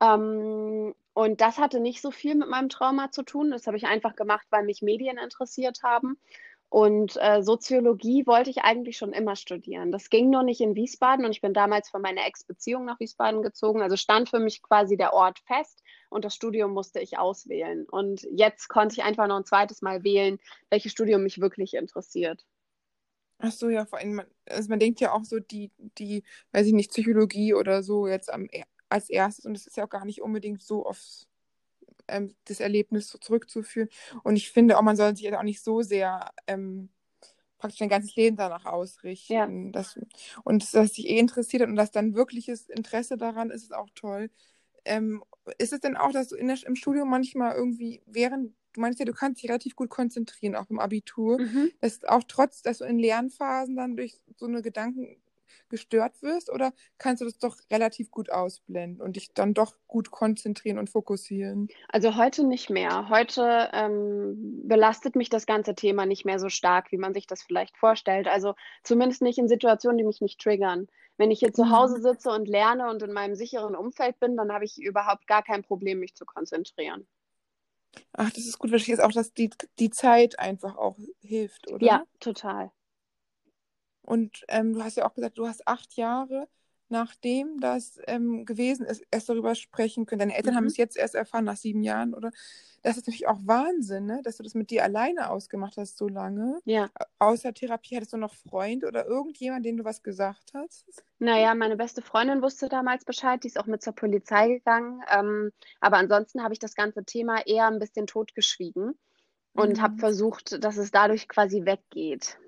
Und das hatte nicht so viel mit meinem Trauma zu tun. Das habe ich einfach gemacht, weil mich Medien interessiert haben. Und Soziologie wollte ich eigentlich schon immer studieren. Das ging nur nicht in Wiesbaden und ich bin damals von meiner Ex-Beziehung nach Wiesbaden gezogen. Also stand für mich quasi der Ort fest und das Studium musste ich auswählen. Und jetzt konnte ich einfach noch ein zweites Mal wählen, welches Studium mich wirklich interessiert. Ach so, ja, vor allem, also man denkt ja auch so, weiß ich nicht, Psychologie oder so jetzt als erstes, und es ist ja auch gar nicht unbedingt so auf das Erlebnis so zurückzuführen. Und ich finde auch, man soll sich jetzt auch nicht so sehr praktisch sein ganzes Leben danach Ja. ausrichten. Und dass dich eh interessiert hat und dass dann wirkliches Interesse daran ist, ist auch toll. Ähm, Ist es denn auch, dass du im Studium manchmal irgendwie du meinst ja, du kannst dich relativ gut konzentrieren, auch im Abitur, Mhm. dass auch trotz, dass du in Lernphasen dann durch so eine Gedanken gestört wirst, oder kannst du das doch relativ gut ausblenden und dich dann doch gut konzentrieren und fokussieren? Also heute nicht mehr. Heute belastet mich das ganze Thema nicht mehr so stark, wie man sich das vielleicht vorstellt. Also zumindest nicht in Situationen, die mich nicht triggern. Wenn ich hier zu Hause Mhm. sitze und lerne und in meinem sicheren Umfeld bin, dann habe ich überhaupt gar kein Problem, mich zu konzentrieren. Ach, das ist gut, weil ich jetzt auch, dass die Zeit einfach auch hilft, Ja, oder? total. Und du hast ja auch gesagt, du hast 8 Jahre. nachdem das gewesen ist, erst darüber sprechen können. Deine Eltern haben Mhm. es jetzt erst erfahren, nach 7 Jahren, oder? Das ist natürlich auch Wahnsinn, ne? Dass du das mit dir alleine ausgemacht hast so lange. Ja. Außer Therapie, hattest du noch Freunde oder irgendjemand, dem du was gesagt hast? Naja, meine beste Freundin wusste damals Bescheid, die ist auch mit zur Polizei gegangen. Aber ansonsten habe ich das ganze Thema eher ein bisschen totgeschwiegen und habe Mhm. versucht, dass es dadurch quasi weggeht.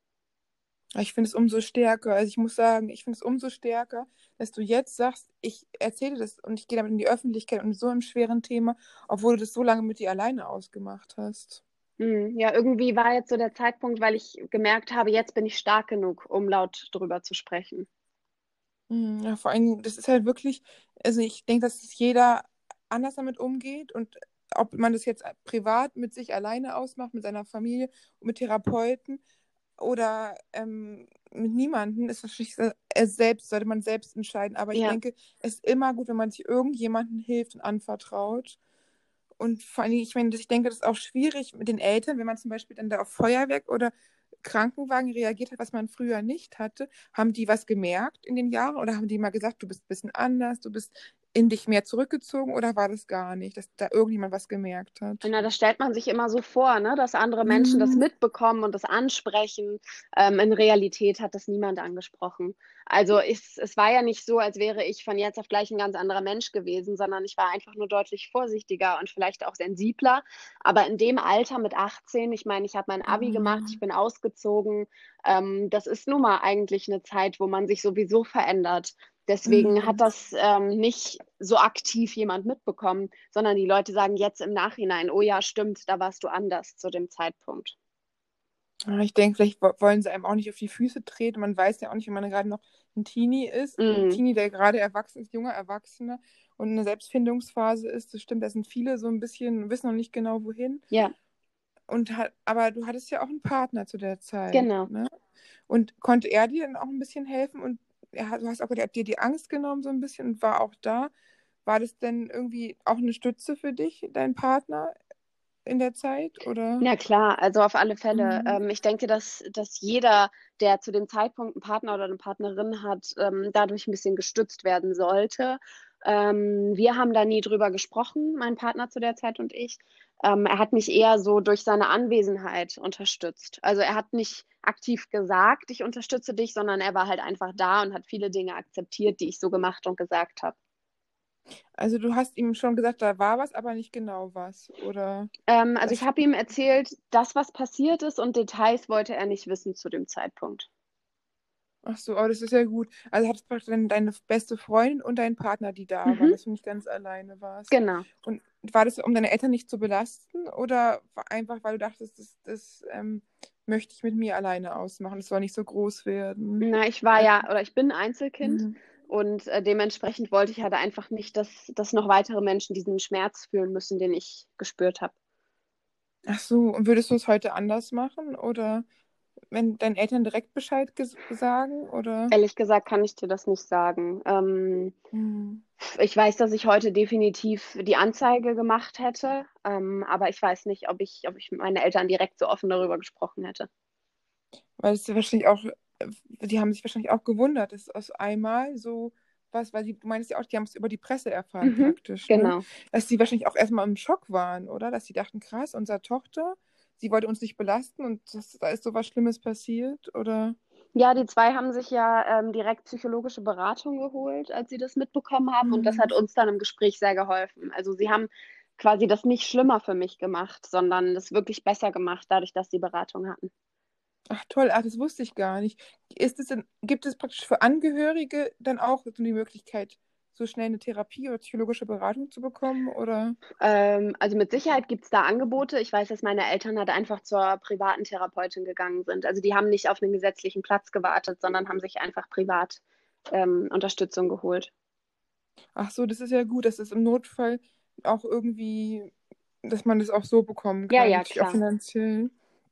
Ich finde es umso stärker. Also ich muss sagen, ich finde es umso stärker, dass du jetzt sagst, ich erzähle das und ich gehe damit in die Öffentlichkeit und so einem schweren Thema, obwohl du das so lange mit dir alleine ausgemacht hast. Ja, irgendwie war jetzt so der Zeitpunkt, weil ich gemerkt habe, jetzt bin ich stark genug, um laut drüber zu sprechen. Ja, vor allem, das ist halt wirklich, also ich denke, dass jeder anders damit umgeht und ob man das jetzt privat mit sich alleine ausmacht, mit seiner Familie, mit Therapeuten oder mit niemandem, ist wahrscheinlich selbst, sollte man selbst entscheiden. Aber ich Ja, denke, es ist immer gut, wenn man sich irgendjemandem hilft und anvertraut. Und vor allem, ich meine, ich denke, das ist auch schwierig mit den Eltern, wenn man zum Beispiel dann da auf Feuerwerk oder Krankenwagen reagiert hat, was man früher nicht hatte. Haben die was gemerkt in den Jahren oder haben die mal gesagt, du bist ein bisschen anders, du bist in dich mehr zurückgezogen oder war das gar nicht, dass da irgendjemand was gemerkt hat? na, das stellt man sich immer so vor, ne, dass andere Menschen das Mhm. mitbekommen und das ansprechen. In Realität hat das niemand angesprochen. Also es war ja nicht so, als wäre ich von jetzt auf gleich ein ganz anderer Mensch gewesen, sondern ich war einfach nur deutlich vorsichtiger und vielleicht auch sensibler. Aber in dem Alter mit 18, ich meine, ich habe mein Abi gemacht, ich bin ausgezogen. Das ist nun mal eigentlich eine Zeit, wo man sich sowieso verändert. Deswegen hat Mhm. das nicht so aktiv jemand mitbekommen, sondern die Leute sagen jetzt im Nachhinein, oh ja, stimmt, da warst du anders zu dem Zeitpunkt. Ja, ich denke, vielleicht wollen sie einem auch nicht auf die Füße treten. Man weiß ja auch nicht, wenn man gerade noch ein Teenie ist, ein Mm, Teenie, der gerade erwachsen ist, junger Erwachsener und in einer Selbstfindungsphase ist. Das stimmt, da sind viele so ein bisschen, wissen noch nicht genau wohin. ja, Aber du hattest ja auch einen Partner zu der Zeit, genau. ne? Und konnte er dir dann auch ein bisschen helfen? Und du hast auch gesagt, er hat dir die Angst genommen so ein bisschen und war auch da. War das denn irgendwie auch eine Stütze für dich, dein Partner in der Zeit? Oder? Ja klar, also auf alle Fälle. Mhm. Ich denke, dass jeder, der zu dem Zeitpunkt einen Partner oder eine Partnerin hat, dadurch ein bisschen gestützt werden sollte. Wir haben da nie drüber gesprochen, mein Partner zu der Zeit und ich. Er hat mich eher so durch seine Anwesenheit unterstützt. Also er hat nicht aktiv gesagt, ich unterstütze dich, sondern er war halt einfach da und hat viele Dinge akzeptiert, die ich so gemacht und gesagt habe. Also du hast ihm schon gesagt, da war was, aber nicht genau was, oder Also ich das? habe ihm erzählt, das, was passiert ist und Details wollte er nicht wissen zu dem Zeitpunkt. Ach so, aber das ist ja gut. Also hattest praktisch deine beste Freundin und dein Partner, die da waren, Mhm, dass du nicht ganz alleine warst. genau. Und war das, um deine Eltern nicht zu belasten oder einfach, weil du dachtest, das möchte ich mit mir alleine ausmachen, das soll nicht so groß werden? Na, ich war Also, ja, oder ich bin Einzelkind mhm. und dementsprechend wollte ich halt einfach nicht, dass noch weitere Menschen diesen Schmerz fühlen müssen, den ich gespürt habe. Ach so, und würdest du es heute anders machen oder wenn deinen Eltern direkt Bescheid sagen oder? Ehrlich gesagt kann ich dir das nicht sagen. Hm. Ich weiß, dass ich heute definitiv die Anzeige gemacht hätte, aber ich weiß nicht, ob ich mit meinen Eltern direkt so offen darüber gesprochen hätte. Weil es ja wahrscheinlich auch, die haben sich wahrscheinlich auch gewundert, dass aus einmal so was, weil du meinst ja auch, die haben es über die Presse erfahren Mhm, praktisch, ne? genau. Dass sie wahrscheinlich auch erstmal im Schock waren, oder? Dass sie dachten, krass, unsere Tochter, sie wollte uns nicht belasten und da ist so was Schlimmes passiert, oder? Ja, die zwei haben sich ja direkt psychologische Beratung geholt, als sie das mitbekommen haben. Und das Hm. hat uns dann im Gespräch sehr geholfen. Also sie haben quasi das nicht schlimmer für mich gemacht, sondern das wirklich besser gemacht, dadurch, dass sie Beratung hatten. Ach toll, ach, das wusste ich gar nicht. Gibt es praktisch für Angehörige dann auch so die Möglichkeit, so schnell eine Therapie oder psychologische Beratung zu bekommen, oder? Also mit Sicherheit gibt es da Angebote. Ich weiß, dass meine Eltern halt einfach zur privaten Therapeutin gegangen sind. Also die haben nicht auf einen gesetzlichen Platz gewartet, sondern haben sich einfach privat Unterstützung geholt. Ach so, das ist ja gut, dass es im Notfall auch irgendwie, dass man das auch so bekommen Ja, kann, ja, natürlich auch klar. finanziell.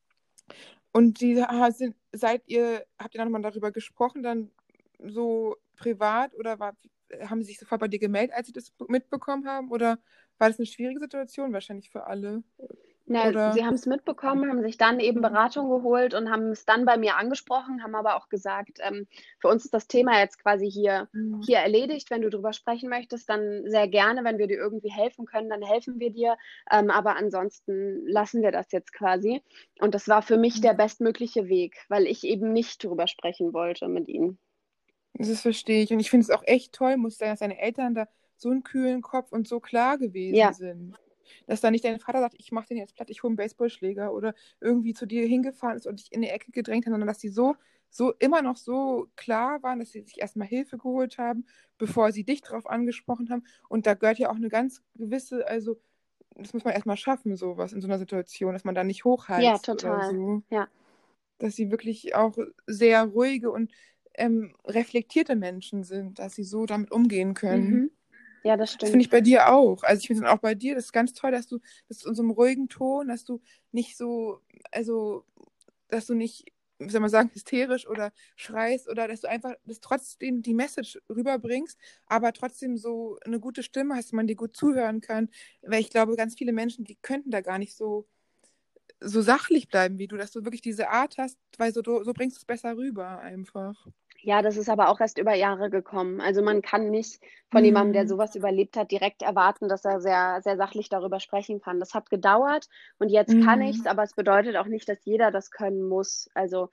Und habt ihr dann nochmal darüber gesprochen, dann so privat oder haben sie sich sofort bei dir gemeldet, als sie das mitbekommen haben? Oder war das eine schwierige Situation wahrscheinlich für alle? Na, Oder? sie haben es mitbekommen, haben sich dann eben Mhm. Beratung geholt und haben es dann bei mir angesprochen, haben aber auch gesagt, für uns ist das Thema jetzt quasi Mhm. hier erledigt. Wenn du drüber sprechen möchtest, dann sehr gerne. Wenn wir dir irgendwie helfen können, dann helfen wir dir. Aber ansonsten lassen wir das jetzt quasi. Und das war für mich der bestmögliche Weg, weil ich eben nicht drüber sprechen wollte mit ihnen. Das verstehe ich. Und ich finde es auch echt toll, muss ich sagen, dass deine Eltern da so einen kühlen Kopf und so klar gewesen Ja. sind. Dass da nicht dein Vater sagt, ich mache den jetzt platt, ich hole einen Baseballschläger oder irgendwie zu dir hingefahren ist und dich in die Ecke gedrängt hat, sondern dass sie so immer noch so klar waren, dass sie sich erstmal Hilfe geholt haben, bevor sie dich drauf angesprochen haben. Und da gehört ja auch eine ganz gewisse, also das muss man erstmal schaffen, sowas in so einer Situation, dass man da nicht Ja, hochheizt oder total. so. Ja. Dass sie wirklich auch sehr ruhige und reflektierte Menschen sind, dass sie so damit umgehen können. Mhm. Ja, das Das finde stimmt. ich bei dir auch. Also ich finde auch bei dir, das ist ganz toll, dass du in so einem ruhigen Ton, dass du nicht so, also, dass du nicht, wie soll man sagen, hysterisch oder schreist oder dass du einfach das trotzdem die Message rüberbringst, aber trotzdem so eine gute Stimme hast, man dir gut zuhören kann. Weil ich glaube, ganz viele Menschen, die könnten da gar nicht so sachlich bleiben wie du, dass du wirklich diese Art hast, weil so bringst du es besser rüber einfach. Ja, das ist aber auch erst über Jahre gekommen. Also man kann nicht von jemandem, der Mhm. sowas überlebt hat, direkt erwarten, dass er sehr, sehr sachlich darüber sprechen kann. Das hat gedauert und jetzt kann ich's, Mhm. aber es bedeutet auch nicht, dass jeder das können muss. Also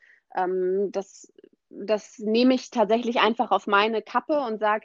das nehme ich tatsächlich einfach auf meine Kappe und sage,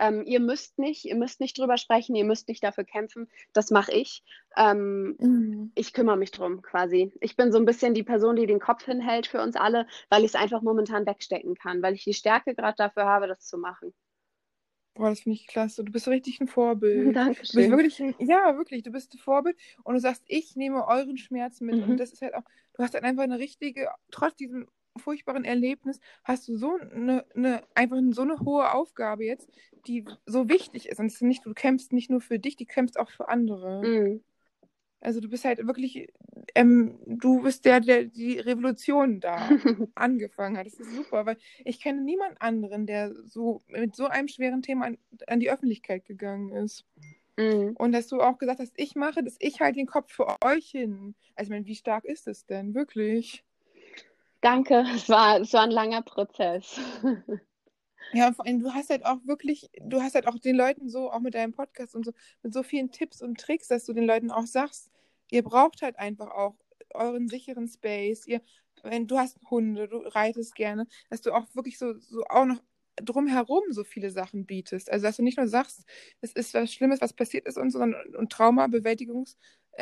ihr müsst nicht drüber sprechen, ihr müsst nicht dafür kämpfen. Das mache ich. Ähm, Mhm. Ich kümmere mich drum quasi. Ich bin so ein bisschen die Person, die den Kopf hinhält für uns alle, weil ich es einfach momentan wegstecken kann, weil ich die Stärke gerade dafür habe, das zu machen. Boah, das finde ich klasse. Du bist richtig ein Vorbild. Du bist Dankeschön. wirklich ja, wirklich, du bist ein Vorbild und du sagst, ich nehme euren Schmerz mit. Und Mhm. das ist halt auch, du hast halt einfach eine richtige, trotz diesem furchtbaren Erlebnis, hast du so einfach so eine hohe Aufgabe jetzt, die so wichtig ist. Und es ist nicht, du kämpfst nicht nur für dich, du kämpfst auch für andere. Mhm. Also du bist halt wirklich, du bist der die Revolution da angefangen hat. Das ist super, weil ich kenne niemand anderen, der so mit so einem schweren Thema an die Öffentlichkeit gegangen ist. Mhm. Und dass du auch gesagt hast, ich mache das, ich halte den Kopf für euch hin. Also ich meine, wie stark ist es denn? Wirklich? Danke, es war ein langer Prozess. Ja, und vor allem, du hast halt auch wirklich, du hast halt auch den Leuten so, auch mit deinem Podcast und so, mit so vielen Tipps und Tricks, dass du den Leuten auch sagst, ihr braucht halt einfach auch euren sicheren Space. Wenn du hast Hunde, du reitest gerne, dass du auch wirklich so auch noch drumherum so viele Sachen bietest. Also, dass du nicht nur sagst, es ist was Schlimmes, was passiert ist und so, sondern und Traumabewältigungs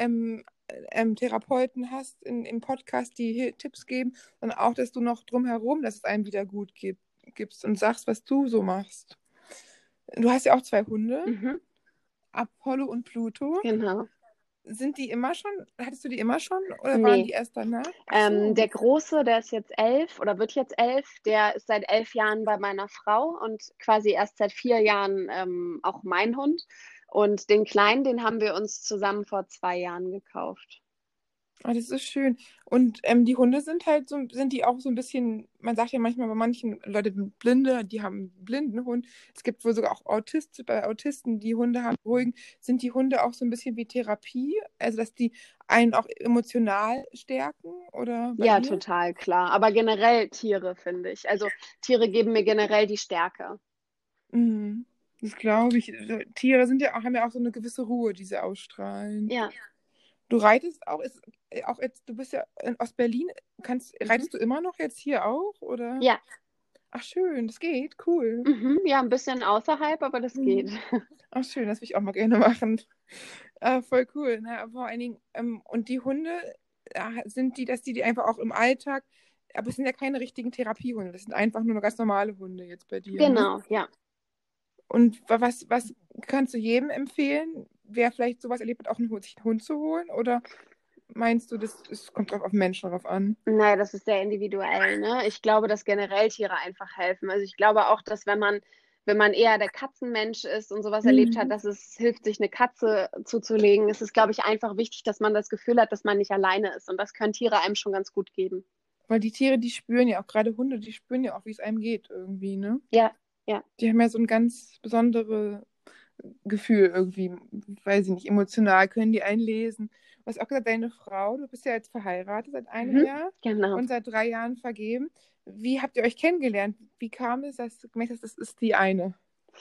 Therapeuten hast im Podcast, die Tipps geben, sondern auch, dass du noch drumherum, dass es einem wieder gut gibt gibst und sagst, was du so machst. Du hast ja auch zwei Hunde, Mhm. Apollo und Pluto. Genau. Sind die immer schon, hattest du die immer schon oder waren die Nee. erst danach? Ach so. Der Große, der ist jetzt 11 oder wird jetzt 11, der ist seit 11 Jahren bei meiner Frau und quasi erst seit 4 Jahren auch mein Hund. Und den Kleinen, den haben wir uns zusammen vor 2 Jahren gekauft. Ah, das ist schön. Und die Hunde sind halt so, sind die auch so ein bisschen, man sagt ja manchmal bei manchen Leuten Blinde, die haben einen blinden Hund. Es gibt wohl sogar auch bei Autisten, die Hunde haben, ruhigen, sind die Hunde auch so ein bisschen wie Therapie? Also, dass die einen auch emotional stärken oder bei Ja, dir? total klar. Aber generell Tiere, finde ich. Also Tiere geben mir generell die Stärke. Mhm. Das glaube ich. Tiere haben ja auch so eine gewisse Ruhe, die sie ausstrahlen. Ja. Du reitest auch, auch jetzt, du bist ja in Ostberlin, Mhm. reitest du immer noch jetzt hier auch, oder? Ja. Ach schön, das geht, cool. Mhm. Ja, ein bisschen außerhalb, aber das geht. Mhm. Ach schön, das will ich auch mal gerne machen. Voll cool. Ne? Aber vor allen Dingen, und die Hunde, sind die, dass die einfach auch im Alltag, aber es sind ja keine richtigen Therapiehunde, das sind einfach nur ganz normale Hunde jetzt bei dir, ne? Genau, ja. Und was kannst du jedem empfehlen, wer vielleicht sowas erlebt hat, auch sich einen Hund zu holen? Oder meinst du, es kommt drauf auf den Menschen drauf an? Naja, das ist sehr individuell, ne? Ich glaube, dass generell Tiere einfach helfen. Also ich glaube auch, dass wenn man eher der Katzenmensch ist und sowas erlebt hat, Mhm. dass es hilft, sich eine Katze zuzulegen, ist es, glaube ich, einfach wichtig, dass man das Gefühl hat, dass man nicht alleine ist. Und das können Tiere einem schon ganz gut geben. Weil die Tiere, die spüren ja auch, gerade Hunde, die spüren ja auch, wie es einem geht irgendwie, ne? Ja, ja. Die haben ja so eine ganz besondere Gefühl irgendwie, weiß ich nicht, emotional können die einen lesen. Du hast auch gesagt, deine Frau, du bist ja jetzt verheiratet seit einem Mhm, Jahr genau. und seit 3 Jahren vergeben. Wie habt ihr euch kennengelernt? Wie kam es, dass du gemerkt hast, das ist die eine?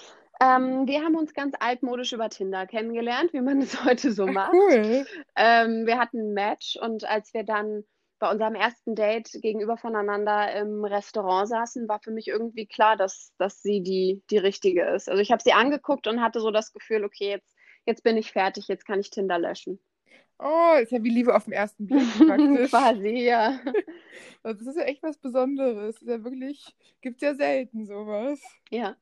Wir haben uns ganz altmodisch über Tinder kennengelernt, wie man es heute so Ach, macht. cool. Wir hatten ein Match und als wir dann bei unserem ersten Date gegenüber voneinander im Restaurant saßen, war für mich irgendwie klar, dass sie die richtige ist. Also ich habe sie angeguckt und hatte so das Gefühl, okay, jetzt bin ich fertig, jetzt kann ich Tinder löschen. Oh, ist ja wie Liebe auf den ersten Blick praktisch. Quasi, ja. Also das ist ja echt was Besonderes. Das ist ja wirklich, gibt ja selten sowas. Ja.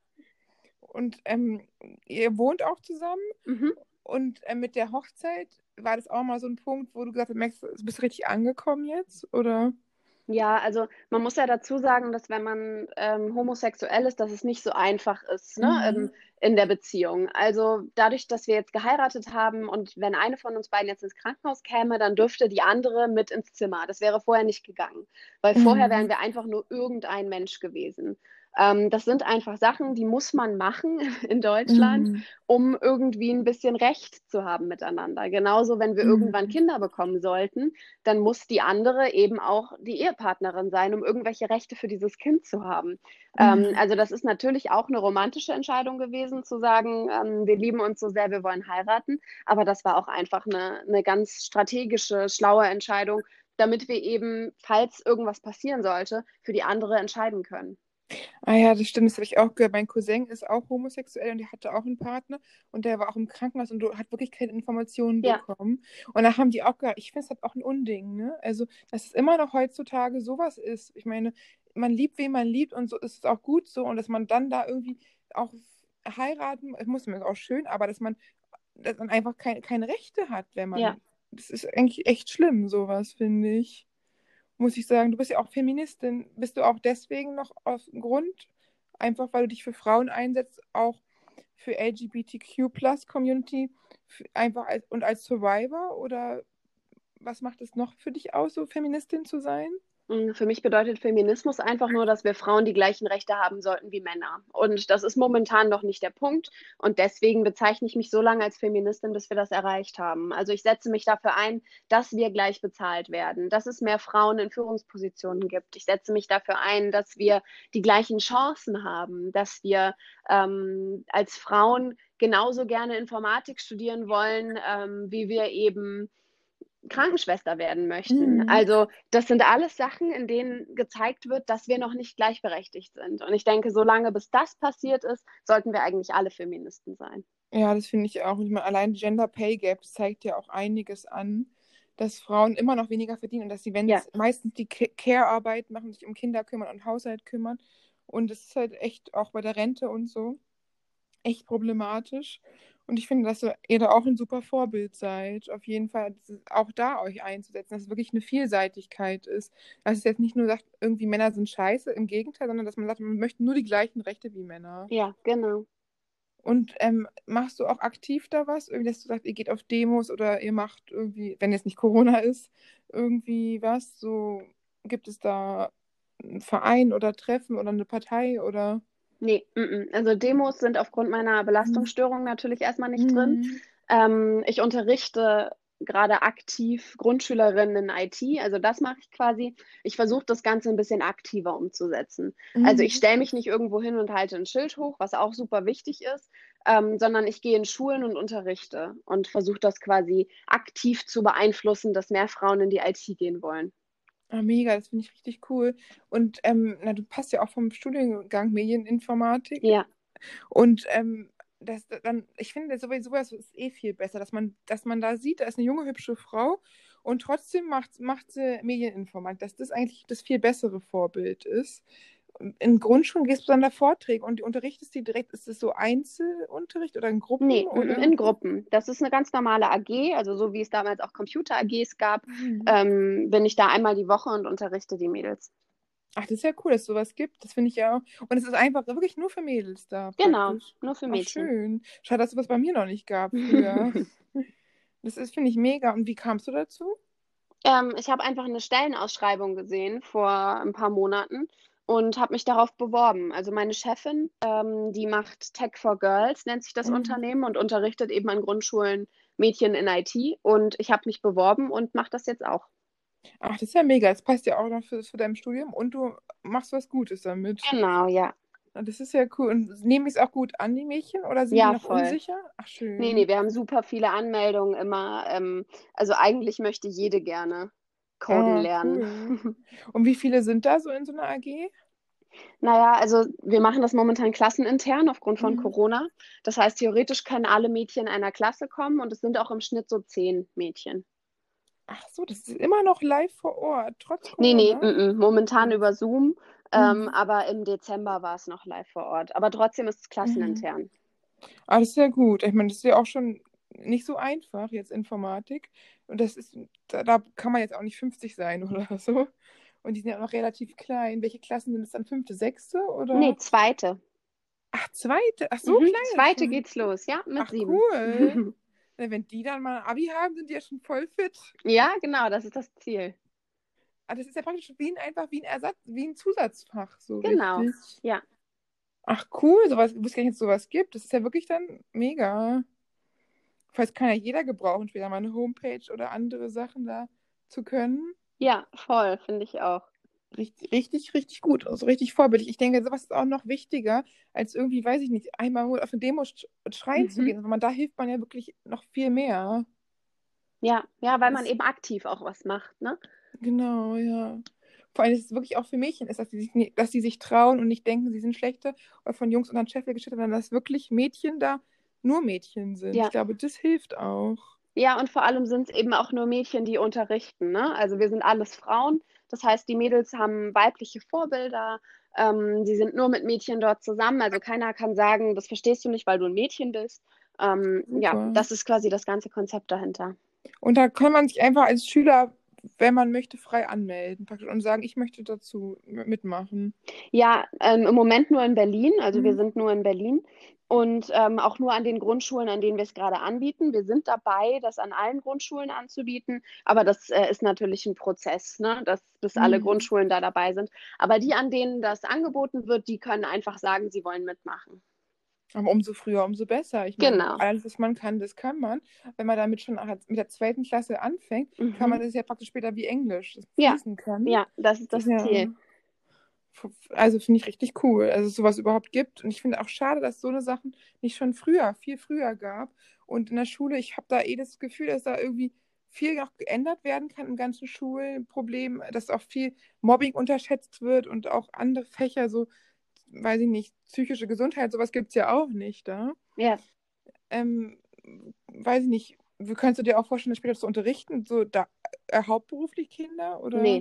Und ihr wohnt auch zusammen Mhm. und mit der Hochzeit war das auch mal so ein Punkt, wo du gesagt hast, merkst, du bist richtig angekommen jetzt? Oder? Ja, also man muss ja dazu sagen, dass wenn man homosexuell ist, dass es nicht so einfach ist, ne, Mhm. in der Beziehung. Also dadurch, dass wir jetzt geheiratet haben und wenn eine von uns beiden jetzt ins Krankenhaus käme, dann dürfte die andere mit ins Zimmer. Das wäre vorher nicht gegangen, weil vorher wären Mhm. wir einfach nur irgendein Mensch gewesen. Das sind einfach Sachen, die muss man machen in Deutschland, Mhm. um irgendwie ein bisschen Recht zu haben miteinander. Genauso, wenn wir irgendwann Mhm. Kinder bekommen sollten, dann muss die andere eben auch die Ehepartnerin sein, um irgendwelche Rechte für dieses Kind zu haben. Mhm. Also das ist natürlich auch eine romantische Entscheidung gewesen, zu sagen, wir lieben uns so sehr, wir wollen heiraten. Aber das war auch einfach eine ganz strategische, schlaue Entscheidung, damit wir eben, falls irgendwas passieren sollte, für die andere entscheiden können. Ah ja, das stimmt, das habe ich auch gehört. Mein Cousin ist auch homosexuell und der hatte auch einen Partner und der war auch im Krankenhaus und hat wirklich keine Informationen Ja, bekommen. Und da haben die auch gesagt, ich finde es halt auch ein Unding, ne? Also, dass es immer noch heutzutage sowas ist. Ich meine, man liebt, wen man liebt und so ist es auch gut so und dass man dann da irgendwie auch heiraten, es muss man auch schön, aber dass man einfach keine Rechte hat, wenn ja. man, das ist eigentlich echt schlimm, sowas, finde ich. Muss ich sagen, du bist ja auch Feministin. Bist du auch deswegen noch aus Grund, einfach weil du dich für Frauen einsetzt, auch für LGBTQ Community, einfach als Survivor? Oder was macht es noch für dich aus, so Feministin zu sein? Für mich bedeutet Feminismus einfach nur, dass wir Frauen die gleichen Rechte haben sollten wie Männer. Und das ist momentan noch nicht der Punkt. Und deswegen bezeichne ich mich so lange als Feministin, bis wir das erreicht haben. Also ich setze mich dafür ein, dass wir gleich bezahlt werden, dass es mehr Frauen in Führungspositionen gibt. Ich setze mich dafür ein, dass wir die gleichen Chancen haben, dass wir als Frauen genauso gerne Informatik studieren wollen, wie wir eben Krankenschwester werden möchten. Mhm. Also das sind alles Sachen, in denen gezeigt wird, dass wir noch nicht gleichberechtigt sind. Und ich denke, solange bis das passiert ist, sollten wir eigentlich alle Feministen sein. Ja, das finde ich auch. Ich meine, allein Gender Pay Gap zeigt ja auch einiges an, dass Frauen immer noch weniger verdienen und dass sie, wenn Ja, es meistens die Care-Arbeit machen, sich um Kinder kümmern und Haushalt kümmern. Und das ist halt echt auch bei der Rente und so echt problematisch. Und ich finde, dass ihr da auch ein super Vorbild seid. Auf jeden Fall auch da euch einzusetzen, dass es wirklich eine Vielseitigkeit ist. Dass es jetzt nicht nur sagt, irgendwie Männer sind scheiße, im Gegenteil, sondern dass man sagt, man möchte nur die gleichen Rechte wie Männer. ja, genau. Und machst du auch aktiv da was? Irgendwie, dass du sagst, ihr geht auf Demos oder ihr macht irgendwie, wenn jetzt nicht Corona ist, irgendwie was? So gibt es da einen Verein oder Treffen oder eine Partei oder. Nee, also Demos sind aufgrund meiner Mhm. Belastungsstörung natürlich erstmal nicht drin. Mhm. Ich unterrichte gerade aktiv Grundschülerinnen in IT, also das mache ich quasi. Ich versuche das Ganze ein bisschen aktiver umzusetzen. Also ich Mhm. stelle mich nicht irgendwo hin und halte ein Schild hoch, was auch super wichtig ist, sondern ich gehe in Schulen und unterrichte und versuche das quasi aktiv zu beeinflussen, dass mehr Frauen in die IT gehen wollen. Ah, mega, das finde ich richtig cool. Und na, du passt ja auch vom Studiengang Medieninformatik. Ja, Und ich finde sowieso sowas ist eh viel besser, dass man da sieht, da ist eine junge, hübsche Frau und trotzdem macht sie Medieninformatik, dass das eigentlich das viel bessere Vorbild ist. In Grundschulen gehst du dann da Vorträge und die unterrichtest die direkt, ist das so Einzelunterricht oder in Gruppen nee, oder? in Gruppen. Das ist eine ganz normale AG, also so wie es damals auch Computer-AGs gab, Mhm. bin ich da einmal die Woche und unterrichte die Mädels. Ach, das ist ja cool, dass es sowas gibt. Das finde ich ja auch. Und es ist einfach wirklich nur für Mädels da, Genau, praktisch. nur für Ach, Mädchen. schön. Schade, dass es was bei mir noch nicht gab früher. Das ist, finde ich, mega. Und wie kamst du dazu? Ich habe einfach eine Stellenausschreibung gesehen vor ein paar Monaten und habe mich darauf beworben. Also meine Chefin, die macht Tech for Girls, nennt sich das Mhm. Unternehmen und unterrichtet eben an Grundschulen Mädchen in IT. Und ich habe mich beworben und mache das jetzt auch. Ach, das ist ja mega. Das passt ja auch noch für dein Studium und du machst was Gutes damit. Genau, ja. Ah, das ist ja cool. Und nehmen die es auch gut an, die Mädchen, oder sind die Ja, noch voll. unsicher? Ach, Nee, nee, schön. wir haben super viele Anmeldungen immer. Also eigentlich möchte jede gerne coden Ah, lernen. cool. Und wie viele sind da so in so einer AG? Naja, also wir machen das momentan klassenintern aufgrund von Mhm. Corona. Das heißt, theoretisch können alle Mädchen einer Klasse kommen und es sind auch im Schnitt so 10 Mädchen. Ach so, das ist immer noch live vor Ort, trotz Nee, nee, Corona. momentan Gut. über Zoom, Mhm. aber im Dezember war es noch live vor Ort. Aber trotzdem ist es Mhm. klassenintern. Ah, das ist ja gut. Ich meine, das ist ja auch schon nicht so einfach, jetzt Informatik. Und das ist, da kann man jetzt auch nicht 50 sein oder so. Und die sind ja auch noch relativ klein. Welche Klassen sind es dann? Fünfte, sechste Nee, oder? zweite. Ach, zweite. Ach, so Mhm, klein ist zweite schon. geht's los, ja, mit Ach, 7. cool. Na, wenn die dann mal ein Abi haben, sind die ja schon voll fit. Ja, genau, das ist das Ziel. Ah, das ist ja praktisch einfach wie ein Ersatz, wie ein Zusatzfach, so Genau, richtig. ja. Ach, cool. Sowas, ich wusste gar nicht, dass es sowas gibt. Das ist ja wirklich dann mega. Falls kann ja jeder gebrauchen, später mal eine Homepage oder andere Sachen da zu können. Ja, voll, finde ich auch. Richtig, richtig, richtig gut. Also richtig vorbildlich. Ich denke, sowas ist auch noch wichtiger, als irgendwie, weiß ich nicht, einmal nur auf eine Demo schreien zu Mhm. gehen. Also da hilft man ja wirklich noch viel mehr. Ja, ja, weil man Das, eben aktiv auch was macht, ne? genau, ja. Vor allem, dass es wirklich auch für Mädchen ist, dass sie sich trauen und nicht denken, sie sind schlechter oder von Jungs unter den Scheffel geschüttet, sondern dass wirklich Mädchen da nur Mädchen sind. Ich Ja. glaube, das hilft auch. Ja, und vor allem sind es eben auch nur Mädchen, die unterrichten, ne? Also wir sind alles Frauen. Das heißt, die Mädels haben weibliche Vorbilder. Sie sind nur mit Mädchen dort zusammen. Also keiner kann sagen, das verstehst du nicht, weil du ein Mädchen bist. Ja, Super. das ist quasi das ganze Konzept dahinter. Und da kann man sich einfach als Schüler, wenn man möchte, frei anmelden praktisch und sagen, ich möchte dazu mitmachen. Ja, im Moment nur in Berlin. Also wir Mhm. sind nur in Berlin und auch nur an den Grundschulen, an denen wir es gerade anbieten. Wir sind dabei, das an allen Grundschulen anzubieten, aber das ist natürlich ein Prozess, ne? Bis alle Mhm. Grundschulen da dabei sind. Aber die, an denen das angeboten wird, die können einfach sagen, sie wollen mitmachen. Aber umso früher, umso besser. Ich meine, Genau. alles, was man kann, das kann man. Wenn man damit schon mit der zweiten Klasse anfängt, kann Mhm. man das ja praktisch später wie Englisch Ja, fließen kann. ja, das ist Das ist das Ziel. ja, also finde ich richtig cool, also dass es sowas überhaupt gibt. Und ich finde auch schade, dass so eine Sachen nicht schon früher, viel früher gab. Und in der Schule, ich habe da das Gefühl, dass da irgendwie viel noch geändert werden kann im ganzen Schulproblem, dass auch viel Mobbing unterschätzt wird und auch andere Fächer, so, weiß ich nicht, psychische Gesundheit, sowas gibt es ja auch nicht da. Ja. Ähm, weiß ich nicht, wie kannst du dir auch vorstellen, das später zu unterrichten, so da hauptberuflich Kinder oder? Nee,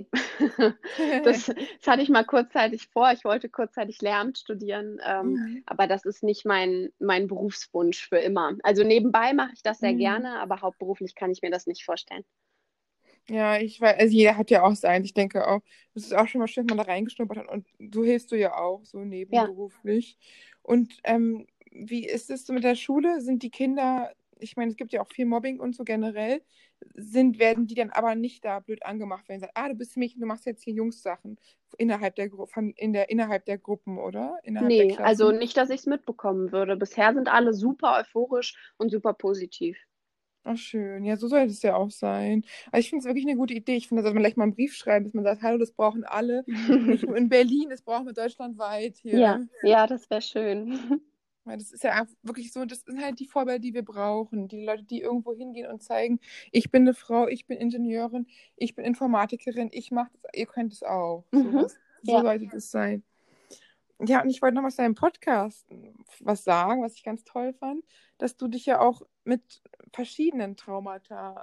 das hatte ich mal kurzzeitig vor. Ich wollte kurzzeitig Lehramt studieren, Mhm. aber das ist nicht mein Berufswunsch für immer. Also nebenbei mache ich das sehr Mhm. gerne, aber hauptberuflich kann ich mir das nicht vorstellen. Ja, ich weiß, also jeder hat ja auch sein. Ich denke auch, es ist auch schon mal schön, dass man da reingeschnuppert hat. Und so hilfst du ja auch, so Ja. nebenberuflich. Und wie ist es so mit der Schule? Sind die Kinder, ich meine, es gibt ja auch viel Mobbing und so generell, werden die dann aber nicht da blöd angemacht, wenn sie sagen, ah, du bist ein Mädchen, du machst jetzt hier Jungs-Sachen innerhalb der innerhalb der Gruppen, oder? Innerhalb der Nee, also Klassen? nicht, dass ich es mitbekommen würde. Bisher sind alle super euphorisch und super positiv. Ach, schön. Ja, so sollte es ja auch sein. Also ich finde es wirklich eine gute Idee. Ich finde, da sollte man gleich mal einen Brief schreiben, dass man sagt, hallo, das brauchen alle. Nicht nur in Berlin, das brauchen wir deutschlandweit Ja, hier. ja, das wäre schön. Weil das ist ja einfach wirklich so, das sind halt die Vorbilder, die wir brauchen. Die Leute, die irgendwo hingehen und zeigen, ich bin eine Frau, ich bin Ingenieurin, ich bin Informatikerin, ich mache das, ihr könnt es auch. Mhm. So Ja. sollte das sein. Ja, und ich wollte noch was zu deinem Podcast was sagen, was ich ganz toll fand, dass du dich ja auch mit verschiedenen Traumata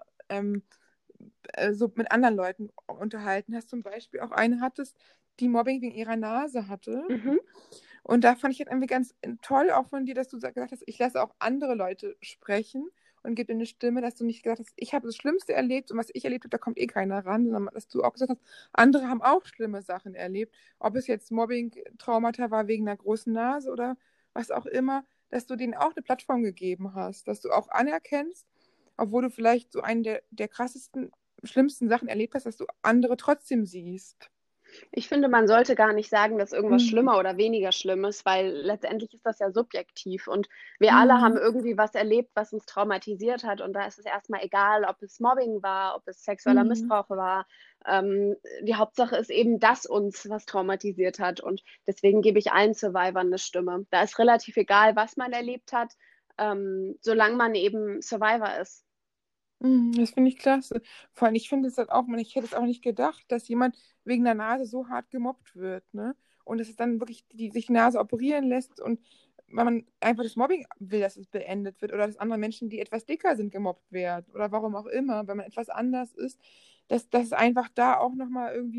so mit anderen Leuten unterhalten hast. Zum Beispiel auch eine hattest, die Mobbing wegen ihrer Nase hatte. Mhm. Und da fand ich halt irgendwie ganz toll auch von dir, dass du gesagt hast, ich lasse auch andere Leute sprechen und gebe dir eine Stimme, dass du nicht gesagt hast, ich habe das Schlimmste erlebt und was ich erlebt habe, da kommt eh keiner ran, sondern dass du auch gesagt hast, andere haben auch schlimme Sachen erlebt. Ob es jetzt Mobbing, Traumata war wegen einer großen Nase oder was auch immer, dass du denen auch eine Plattform gegeben hast, dass du auch anerkennst, obwohl du vielleicht so einen der krassesten, schlimmsten Sachen erlebt hast, dass du andere trotzdem siehst. Ich finde, man sollte gar nicht sagen, dass irgendwas Mhm. schlimmer oder weniger schlimm ist, weil letztendlich ist das ja subjektiv und wir alle haben Mhm. irgendwie was erlebt, was uns traumatisiert hat und da ist es erstmal egal, ob es Mobbing war, ob es sexueller Mhm. Missbrauch war. Die Hauptsache ist eben, dass uns was traumatisiert hat und deswegen gebe ich allen Survivern eine Stimme. Da ist relativ egal, was man erlebt hat, solange man eben Survivor ist. Das finde ich klasse. Vor allem, ich finde es halt auch, ich hätte es auch nicht gedacht, dass jemand wegen der Nase so hart gemobbt wird, ne? Und dass es dann wirklich sich die Nase operieren lässt und weil man einfach das Mobbing will, dass es beendet wird oder dass andere Menschen, die etwas dicker sind, gemobbt werden oder warum auch immer, wenn man etwas anders ist, dass es einfach da auch nochmal irgendwie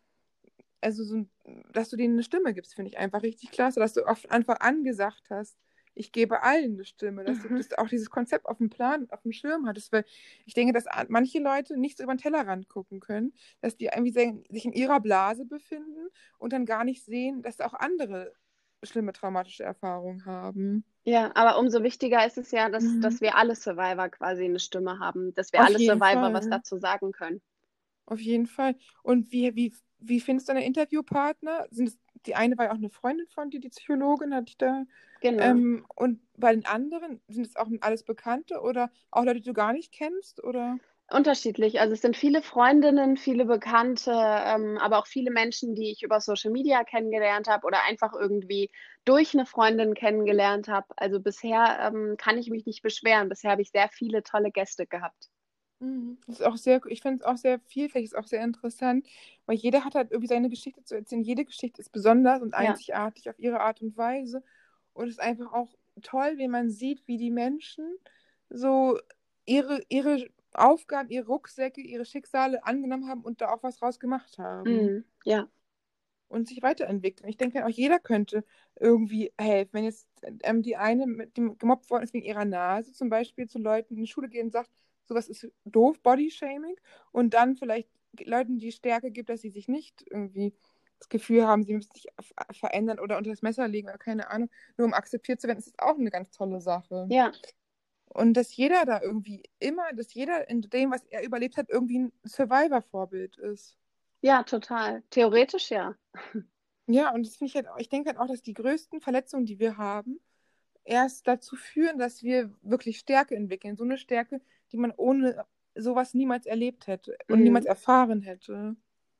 dass du denen eine Stimme gibst, finde ich einfach richtig klasse, dass du auf Anfang an gesagt hast, ich gebe allen eine Stimme, dass du Mhm. das auch dieses Konzept auf dem Plan, auf dem Schirm hattest, weil ich denke, dass manche Leute nicht so über den Tellerrand gucken können, dass die irgendwie sich in ihrer Blase befinden und dann gar nicht sehen, dass auch andere schlimme traumatische Erfahrungen haben. Ja, aber umso wichtiger ist es ja, dass Mhm. wir alle Survivor quasi eine Stimme haben, dass wir Auf alle jeden Survivor was Fall. dazu sagen können. Auf jeden Fall. Und wie findest du deine Interviewpartner? Sind es, die eine war ja auch eine Freundin von dir, die Psychologin, hatte ich da. Genau. Und bei den anderen, sind es auch alles Bekannte oder auch Leute, die du gar nicht kennst? Oder? Unterschiedlich. Also es sind viele Freundinnen, viele Bekannte, aber auch viele Menschen, die ich über Social Media kennengelernt habe oder einfach irgendwie durch eine Freundin kennengelernt habe. Also bisher kann ich mich nicht beschweren. Bisher habe ich sehr viele tolle Gäste gehabt. Das ist auch sehr, ich finde es auch sehr vielfältig, ist auch sehr interessant, weil jeder hat halt irgendwie seine Geschichte zu erzählen. Jede Geschichte ist besonders und Ja. einzigartig auf ihre Art und Weise. Und es ist einfach auch toll, wenn man sieht, wie die Menschen so ihre Aufgaben, ihre Rucksäcke, ihre Schicksale angenommen haben und da auch was draus gemacht haben Mhm. Ja. und sich weiterentwickeln. Ich denke, auch jeder könnte irgendwie helfen. Wenn jetzt die eine mit dem gemobbt worden ist wegen ihrer Nase, zum Beispiel zu Leuten in die Schule gehen und sagt, sowas ist doof, Bodyshaming, und dann vielleicht Leuten die Stärke gibt, dass sie sich nicht irgendwie das Gefühl haben, sie müssen sich verändern oder unter das Messer legen oder keine Ahnung, nur um akzeptiert zu werden, ist das auch eine ganz tolle Sache. Ja. Und dass jeder da irgendwie dass jeder in dem, was er überlebt hat, irgendwie ein Survivor-Vorbild ist. Ja, total. Theoretisch ja. Ja, und das finde ich halt, ich denke halt auch, dass die größten Verletzungen, die wir haben, erst dazu führen, dass wir wirklich Stärke entwickeln. So eine Stärke, die man ohne sowas niemals erlebt hätte und niemals Mhm. erfahren hätte.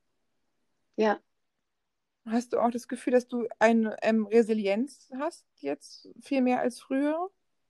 Ja. Hast du auch das Gefühl, dass du eine Resilienz hast jetzt viel mehr als früher?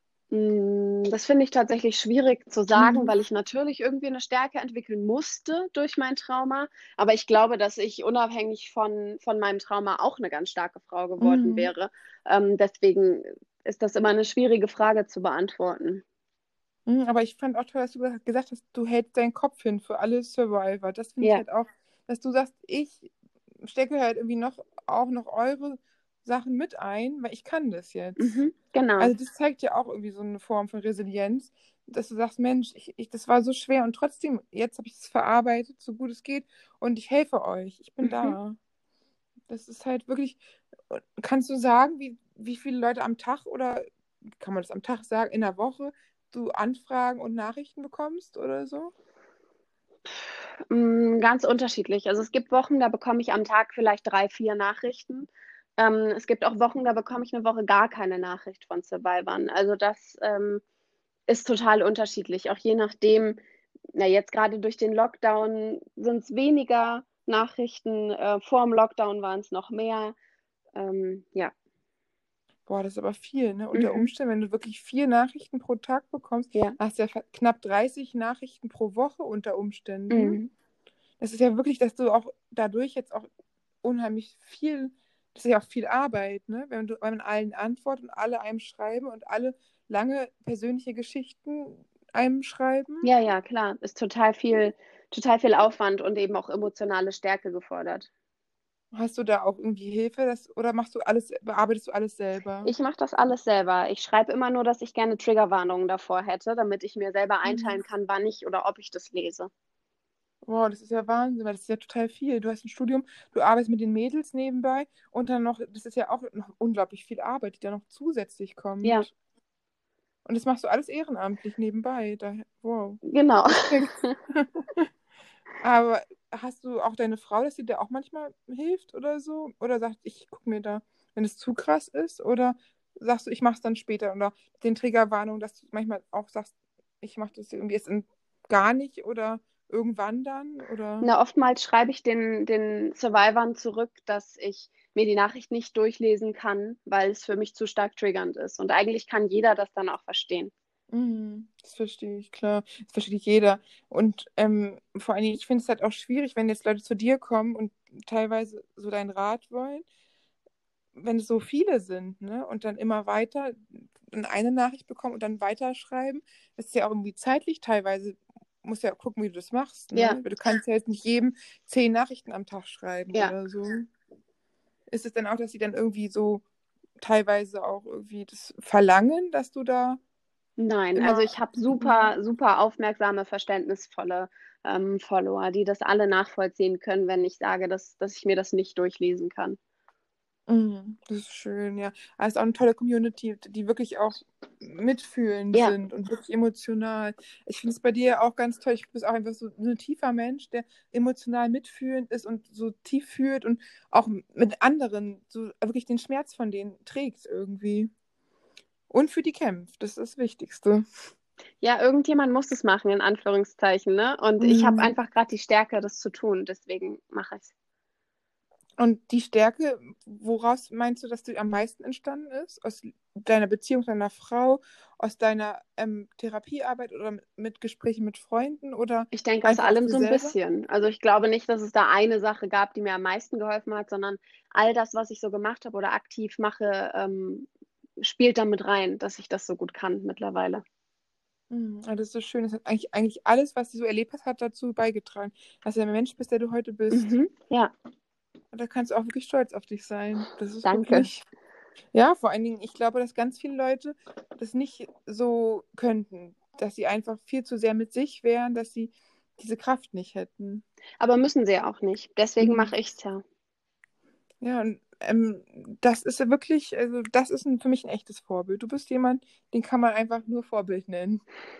Das finde ich tatsächlich schwierig zu sagen, Mhm. weil ich natürlich irgendwie eine Stärke entwickeln musste durch mein Trauma. Aber ich glaube, dass ich unabhängig von meinem Trauma auch eine ganz starke Frau geworden Mhm. wäre. Deswegen ist das immer eine schwierige Frage zu beantworten. Aber ich fand auch toll, dass du gesagt hast, du hältst deinen Kopf hin für alle Survivor. Das finde ich Ja. halt auch, dass du sagst, ich stecke halt irgendwie auch noch eure Sachen mit ein, weil ich kann das jetzt. Mhm. Genau. Also das zeigt ja auch irgendwie so eine Form von Resilienz, dass du sagst, Mensch, das war so schwer und trotzdem, jetzt habe ich es verarbeitet, so gut es geht und ich helfe euch. Ich bin Mhm. da. Das ist halt wirklich, kannst du sagen, wie viele Leute am Tag oder kann man das am Tag sagen, in der Woche du Anfragen und Nachrichten bekommst oder so? Ganz unterschiedlich. Also es gibt Wochen, da bekomme ich am Tag vielleicht 3, 4 Nachrichten. Es gibt auch Wochen, da bekomme ich eine Woche gar keine Nachricht von Survivern. Also das ist total unterschiedlich, auch je nachdem, na jetzt gerade durch den Lockdown sind es weniger Nachrichten, vor dem Lockdown waren es noch mehr. Ja. Boah, das ist aber viel, ne? Unter Mhm. Umständen, wenn du wirklich 4 Nachrichten pro Tag bekommst, Ja. hast du ja knapp 30 Nachrichten pro Woche unter Umständen. Mhm. Das ist ja wirklich, dass du auch dadurch jetzt auch unheimlich viel, das ist ja auch viel Arbeit, ne? Wenn man allen antwortet und alle einem schreiben und alle lange persönliche Geschichten einem schreiben. Ja, ja, klar. Ist total viel Aufwand und eben auch emotionale Stärke gefordert. Hast du da auch irgendwie Hilfe, oder bearbeitest du alles selber? Ich mache das alles selber. Ich schreibe immer nur, dass ich gerne Triggerwarnungen davor hätte, damit ich mir selber Mhm. einteilen kann, wann ich oder ob ich das lese. Wow, das ist ja Wahnsinn, weil das ist ja total viel. Du hast ein Studium, du arbeitest mit den Mädels nebenbei und dann noch, das ist ja auch noch unglaublich viel Arbeit, die da noch zusätzlich Ja, kommt. Und das machst du alles ehrenamtlich nebenbei. Wow, genau. Respekt. Aber hast du auch deine Frau, dass sie dir auch manchmal hilft oder so? Oder sagt, ich gucke mir da, wenn es zu krass ist? Oder sagst du, ich mache es dann später? Oder den Triggerwarnung, dass du manchmal auch sagst, ich mache das irgendwie jetzt gar nicht oder irgendwann dann? Oder? Na, oftmals schreibe ich den Survivorn zurück, dass ich mir die Nachricht nicht durchlesen kann, weil es für mich zu stark triggernd ist. Und eigentlich kann jeder das dann auch verstehen. Das verstehe ich, klar. Das versteht jeder. Und vor allen Dingen, ich finde es halt auch schwierig, wenn jetzt Leute zu dir kommen und teilweise so deinen Rat wollen, wenn es so viele sind, ne? Und dann immer weiter eine Nachricht bekommen und dann weiterschreiben. Das ist ja auch irgendwie zeitlich teilweise, musst ja gucken, wie du das machst, Ja, ne? Du kannst ja jetzt nicht jedem 10 Nachrichten am Tag schreiben ja. oder so. Ist es dann auch, dass sie dann irgendwie so teilweise auch irgendwie das verlangen, dass du da Nein, also immer. ich habe super, super aufmerksame, verständnisvolle Follower, die das alle nachvollziehen können, wenn ich sage, dass ich mir das nicht durchlesen kann. Das ist schön, ja. Aber es ist auch eine tolle Community, die wirklich auch mitfühlend Ja, sind und wirklich emotional. Ich finde es bei dir auch ganz toll. Ich bist auch einfach so ein tiefer Mensch, der emotional mitfühlend ist und so tief fühlt und auch mit anderen so wirklich den Schmerz von denen trägt irgendwie. Und für die kämpft. Das ist das Wichtigste. ja, irgendjemand muss es machen, in Anführungszeichen, ne? Und ich habe Mhm. einfach gerade die Stärke, das zu tun, deswegen mache ich es. Und die Stärke, woraus meinst du, dass die am meisten entstanden ist? Aus deiner Beziehung zu deiner Frau, aus deiner Therapiearbeit oder mit Gesprächen mit Freunden oder Ich denke aus einfach aus allem dir so ein selber? bisschen. Also ich glaube nicht, dass es da eine Sache gab, die mir am meisten geholfen hat, sondern all das, was ich so gemacht habe oder aktiv mache, spielt damit rein, dass ich das so gut kann mittlerweile. Das ist so schön. Das hat eigentlich alles, was du so erlebt hast, hat dazu beigetragen, dass du der Mensch bist, der du heute bist. Mhm, ja, Und da kannst du auch wirklich stolz auf dich sein. Das ist danke. wirklich, ja, vor allen Dingen, ich glaube, dass ganz viele Leute das nicht so könnten, dass sie einfach viel zu sehr mit sich wären, dass sie diese Kraft nicht hätten. Aber müssen sie ja auch nicht. Deswegen Mhm. mache ich's ja. Ja, und das ist ja wirklich, also das ist für mich ein echtes Vorbild. Du bist jemand, den kann man einfach nur Vorbild nennen.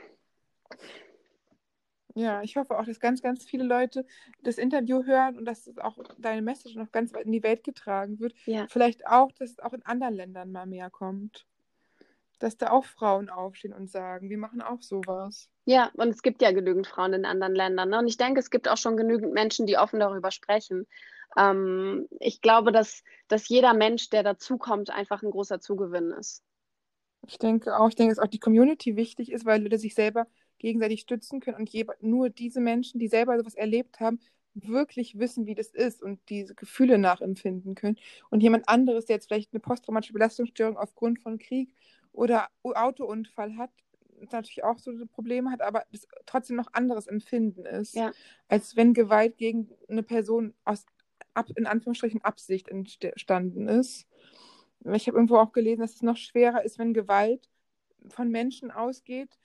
Ja, ich hoffe auch, dass ganz, ganz viele Leute das Interview hören und dass es auch deine Message noch ganz weit in die Welt getragen wird. Ja. Vielleicht auch, dass es auch in anderen Ländern mal mehr kommt. Dass da auch Frauen aufstehen und sagen, wir machen auch sowas. Ja, und es gibt ja genügend Frauen in anderen Ländern, ne? Und ich denke, es gibt auch schon genügend Menschen, die offen darüber sprechen. Ich glaube, dass jeder Mensch, der dazukommt, einfach ein großer Zugewinn ist. Ich denke, dass auch die Community wichtig ist, weil Leute sich selber gegenseitig stützen können und nur diese Menschen, die selber sowas erlebt haben, wirklich wissen, wie das ist und diese Gefühle nachempfinden können. Und jemand anderes, der jetzt vielleicht eine posttraumatische Belastungsstörung aufgrund von Krieg oder Autounfall hat, natürlich auch so Probleme hat, aber das trotzdem noch anderes Empfinden ist, Ja. als wenn Gewalt gegen eine Person in Anführungsstrichen Absicht entstanden ist. Ich habe irgendwo auch gelesen, dass es noch schwerer ist, wenn Gewalt von Menschen ausgeht,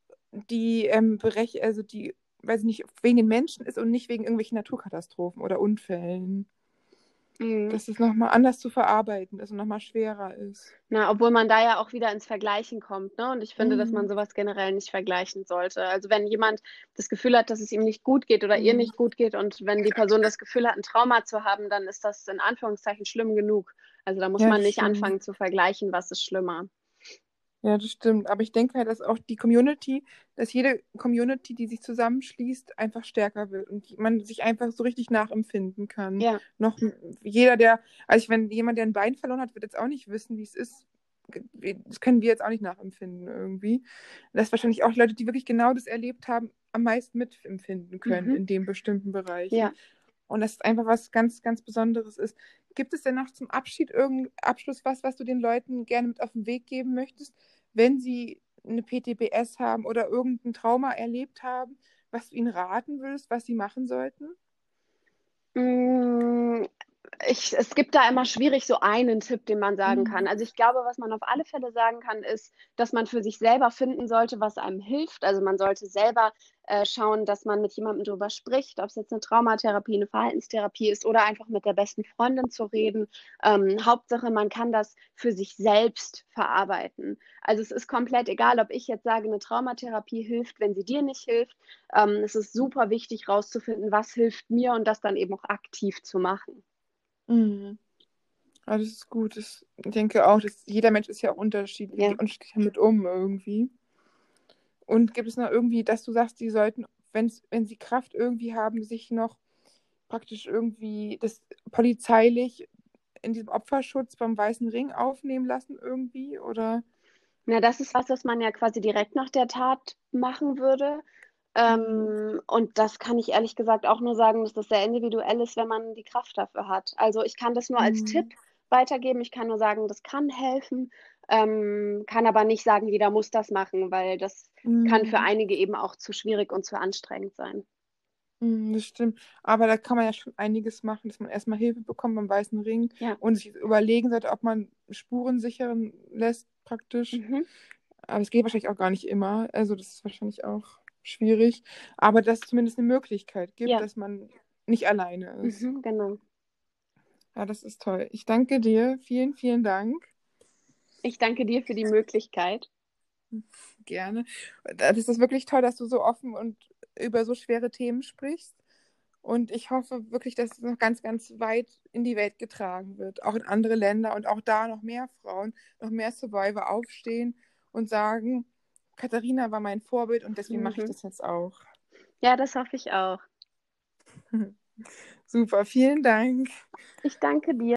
die also die, weiß ich nicht, wegen den Menschen ist und nicht wegen irgendwelchen Naturkatastrophen oder Unfällen. Mhm. Dass es nochmal anders zu verarbeiten ist und nochmal schwerer ist. Na, obwohl man da ja auch wieder ins Vergleichen kommt, ne? Und ich finde, dass man Mhm. sowas generell nicht vergleichen sollte. Also wenn jemand das Gefühl hat, dass es ihm nicht gut geht oder ihr Mhm. nicht gut geht und wenn die Person das Gefühl hat, ein Trauma zu haben, dann ist das in Anführungszeichen schlimm genug. Also da muss Ja, man das nicht stimmt. anfangen zu vergleichen, was ist schlimmer. Ja, das stimmt. Aber ich denke halt, dass auch die Community, dass jede Community, die sich zusammenschließt, einfach stärker wird und man sich einfach so richtig nachempfinden kann. Ja, Noch jeder, also wenn jemand, der ein Bein verloren hat, wird jetzt auch nicht wissen, wie es ist. Das können wir jetzt auch nicht nachempfinden irgendwie. Dass wahrscheinlich auch Leute, die wirklich genau das erlebt haben, am meisten mitempfinden können mhm. in den bestimmten Bereichen. Ja. Und dass es einfach was ganz, ganz Besonderes ist. Gibt es denn noch zum irgendeinen Abschluss was du den Leuten gerne mit auf den Weg geben möchtest, wenn sie eine PTBS haben oder irgendein Trauma erlebt haben, was du ihnen raten würdest, was sie machen sollten? Mm, Es gibt da immer schwierig so einen Tipp, den man sagen kann. Mhm. Also ich glaube, was man auf alle Fälle sagen kann, ist, dass man für sich selber finden sollte, was einem hilft. Also man sollte selber schauen, dass man mit jemandem darüber spricht, ob es jetzt eine Traumatherapie, eine Verhaltenstherapie ist oder einfach mit der besten Freundin zu reden. Hauptsache, man kann das für sich selbst verarbeiten. Also es ist komplett egal, ob ich jetzt sage, eine Traumatherapie hilft, wenn sie dir nicht hilft. Es ist super wichtig, rauszufinden, was hilft mir und das dann eben auch aktiv zu machen. Mhm. Ja, das ist gut. Ich denke auch, dass jeder Mensch ist ja auch unterschiedlich, Ja. geht unterschiedlich damit um irgendwie. Und gibt es noch irgendwie, dass du sagst, die sollten, wenn sie Kraft irgendwie haben, sich noch praktisch irgendwie das polizeilich in diesem Opferschutz beim Weißen Ring aufnehmen lassen irgendwie? Oder? Na, das ist was man ja quasi direkt nach der Tat machen würde. Mhm. Und das kann ich ehrlich gesagt auch nur sagen, dass das sehr individuell ist, wenn man die Kraft dafür hat. Also ich kann das nur als Tipp Mhm. weitergeben. Ich kann nur sagen, das kann helfen, kann aber nicht sagen, jeder muss das machen, weil das kann für Mhm. einige eben auch zu schwierig und zu anstrengend sein. Das stimmt. Aber da kann man ja schon einiges machen, dass man erstmal Hilfe bekommt beim Weißen Ring Ja. und sich überlegen sollte, ob man Spuren sichern lässt, praktisch. Mhm. Aber es geht wahrscheinlich auch gar nicht immer. Also das ist wahrscheinlich auch schwierig. Aber dass es zumindest eine Möglichkeit gibt, Ja. dass man nicht alleine ist. Mhm. Genau. Ja, das ist toll. Ich danke dir. Vielen, vielen Dank. Ich danke dir für die Möglichkeit. Gerne. Das ist wirklich toll, dass du so offen und über so schwere Themen sprichst. Und ich hoffe wirklich, dass es noch ganz, ganz weit in die Welt getragen wird, auch in andere Länder und auch da noch mehr Frauen, noch mehr Survivor aufstehen und sagen, Katharina war mein Vorbild und deswegen mache ich Mhm. das jetzt auch. Ja, das hoffe ich auch. Super, vielen Dank. Ich danke dir.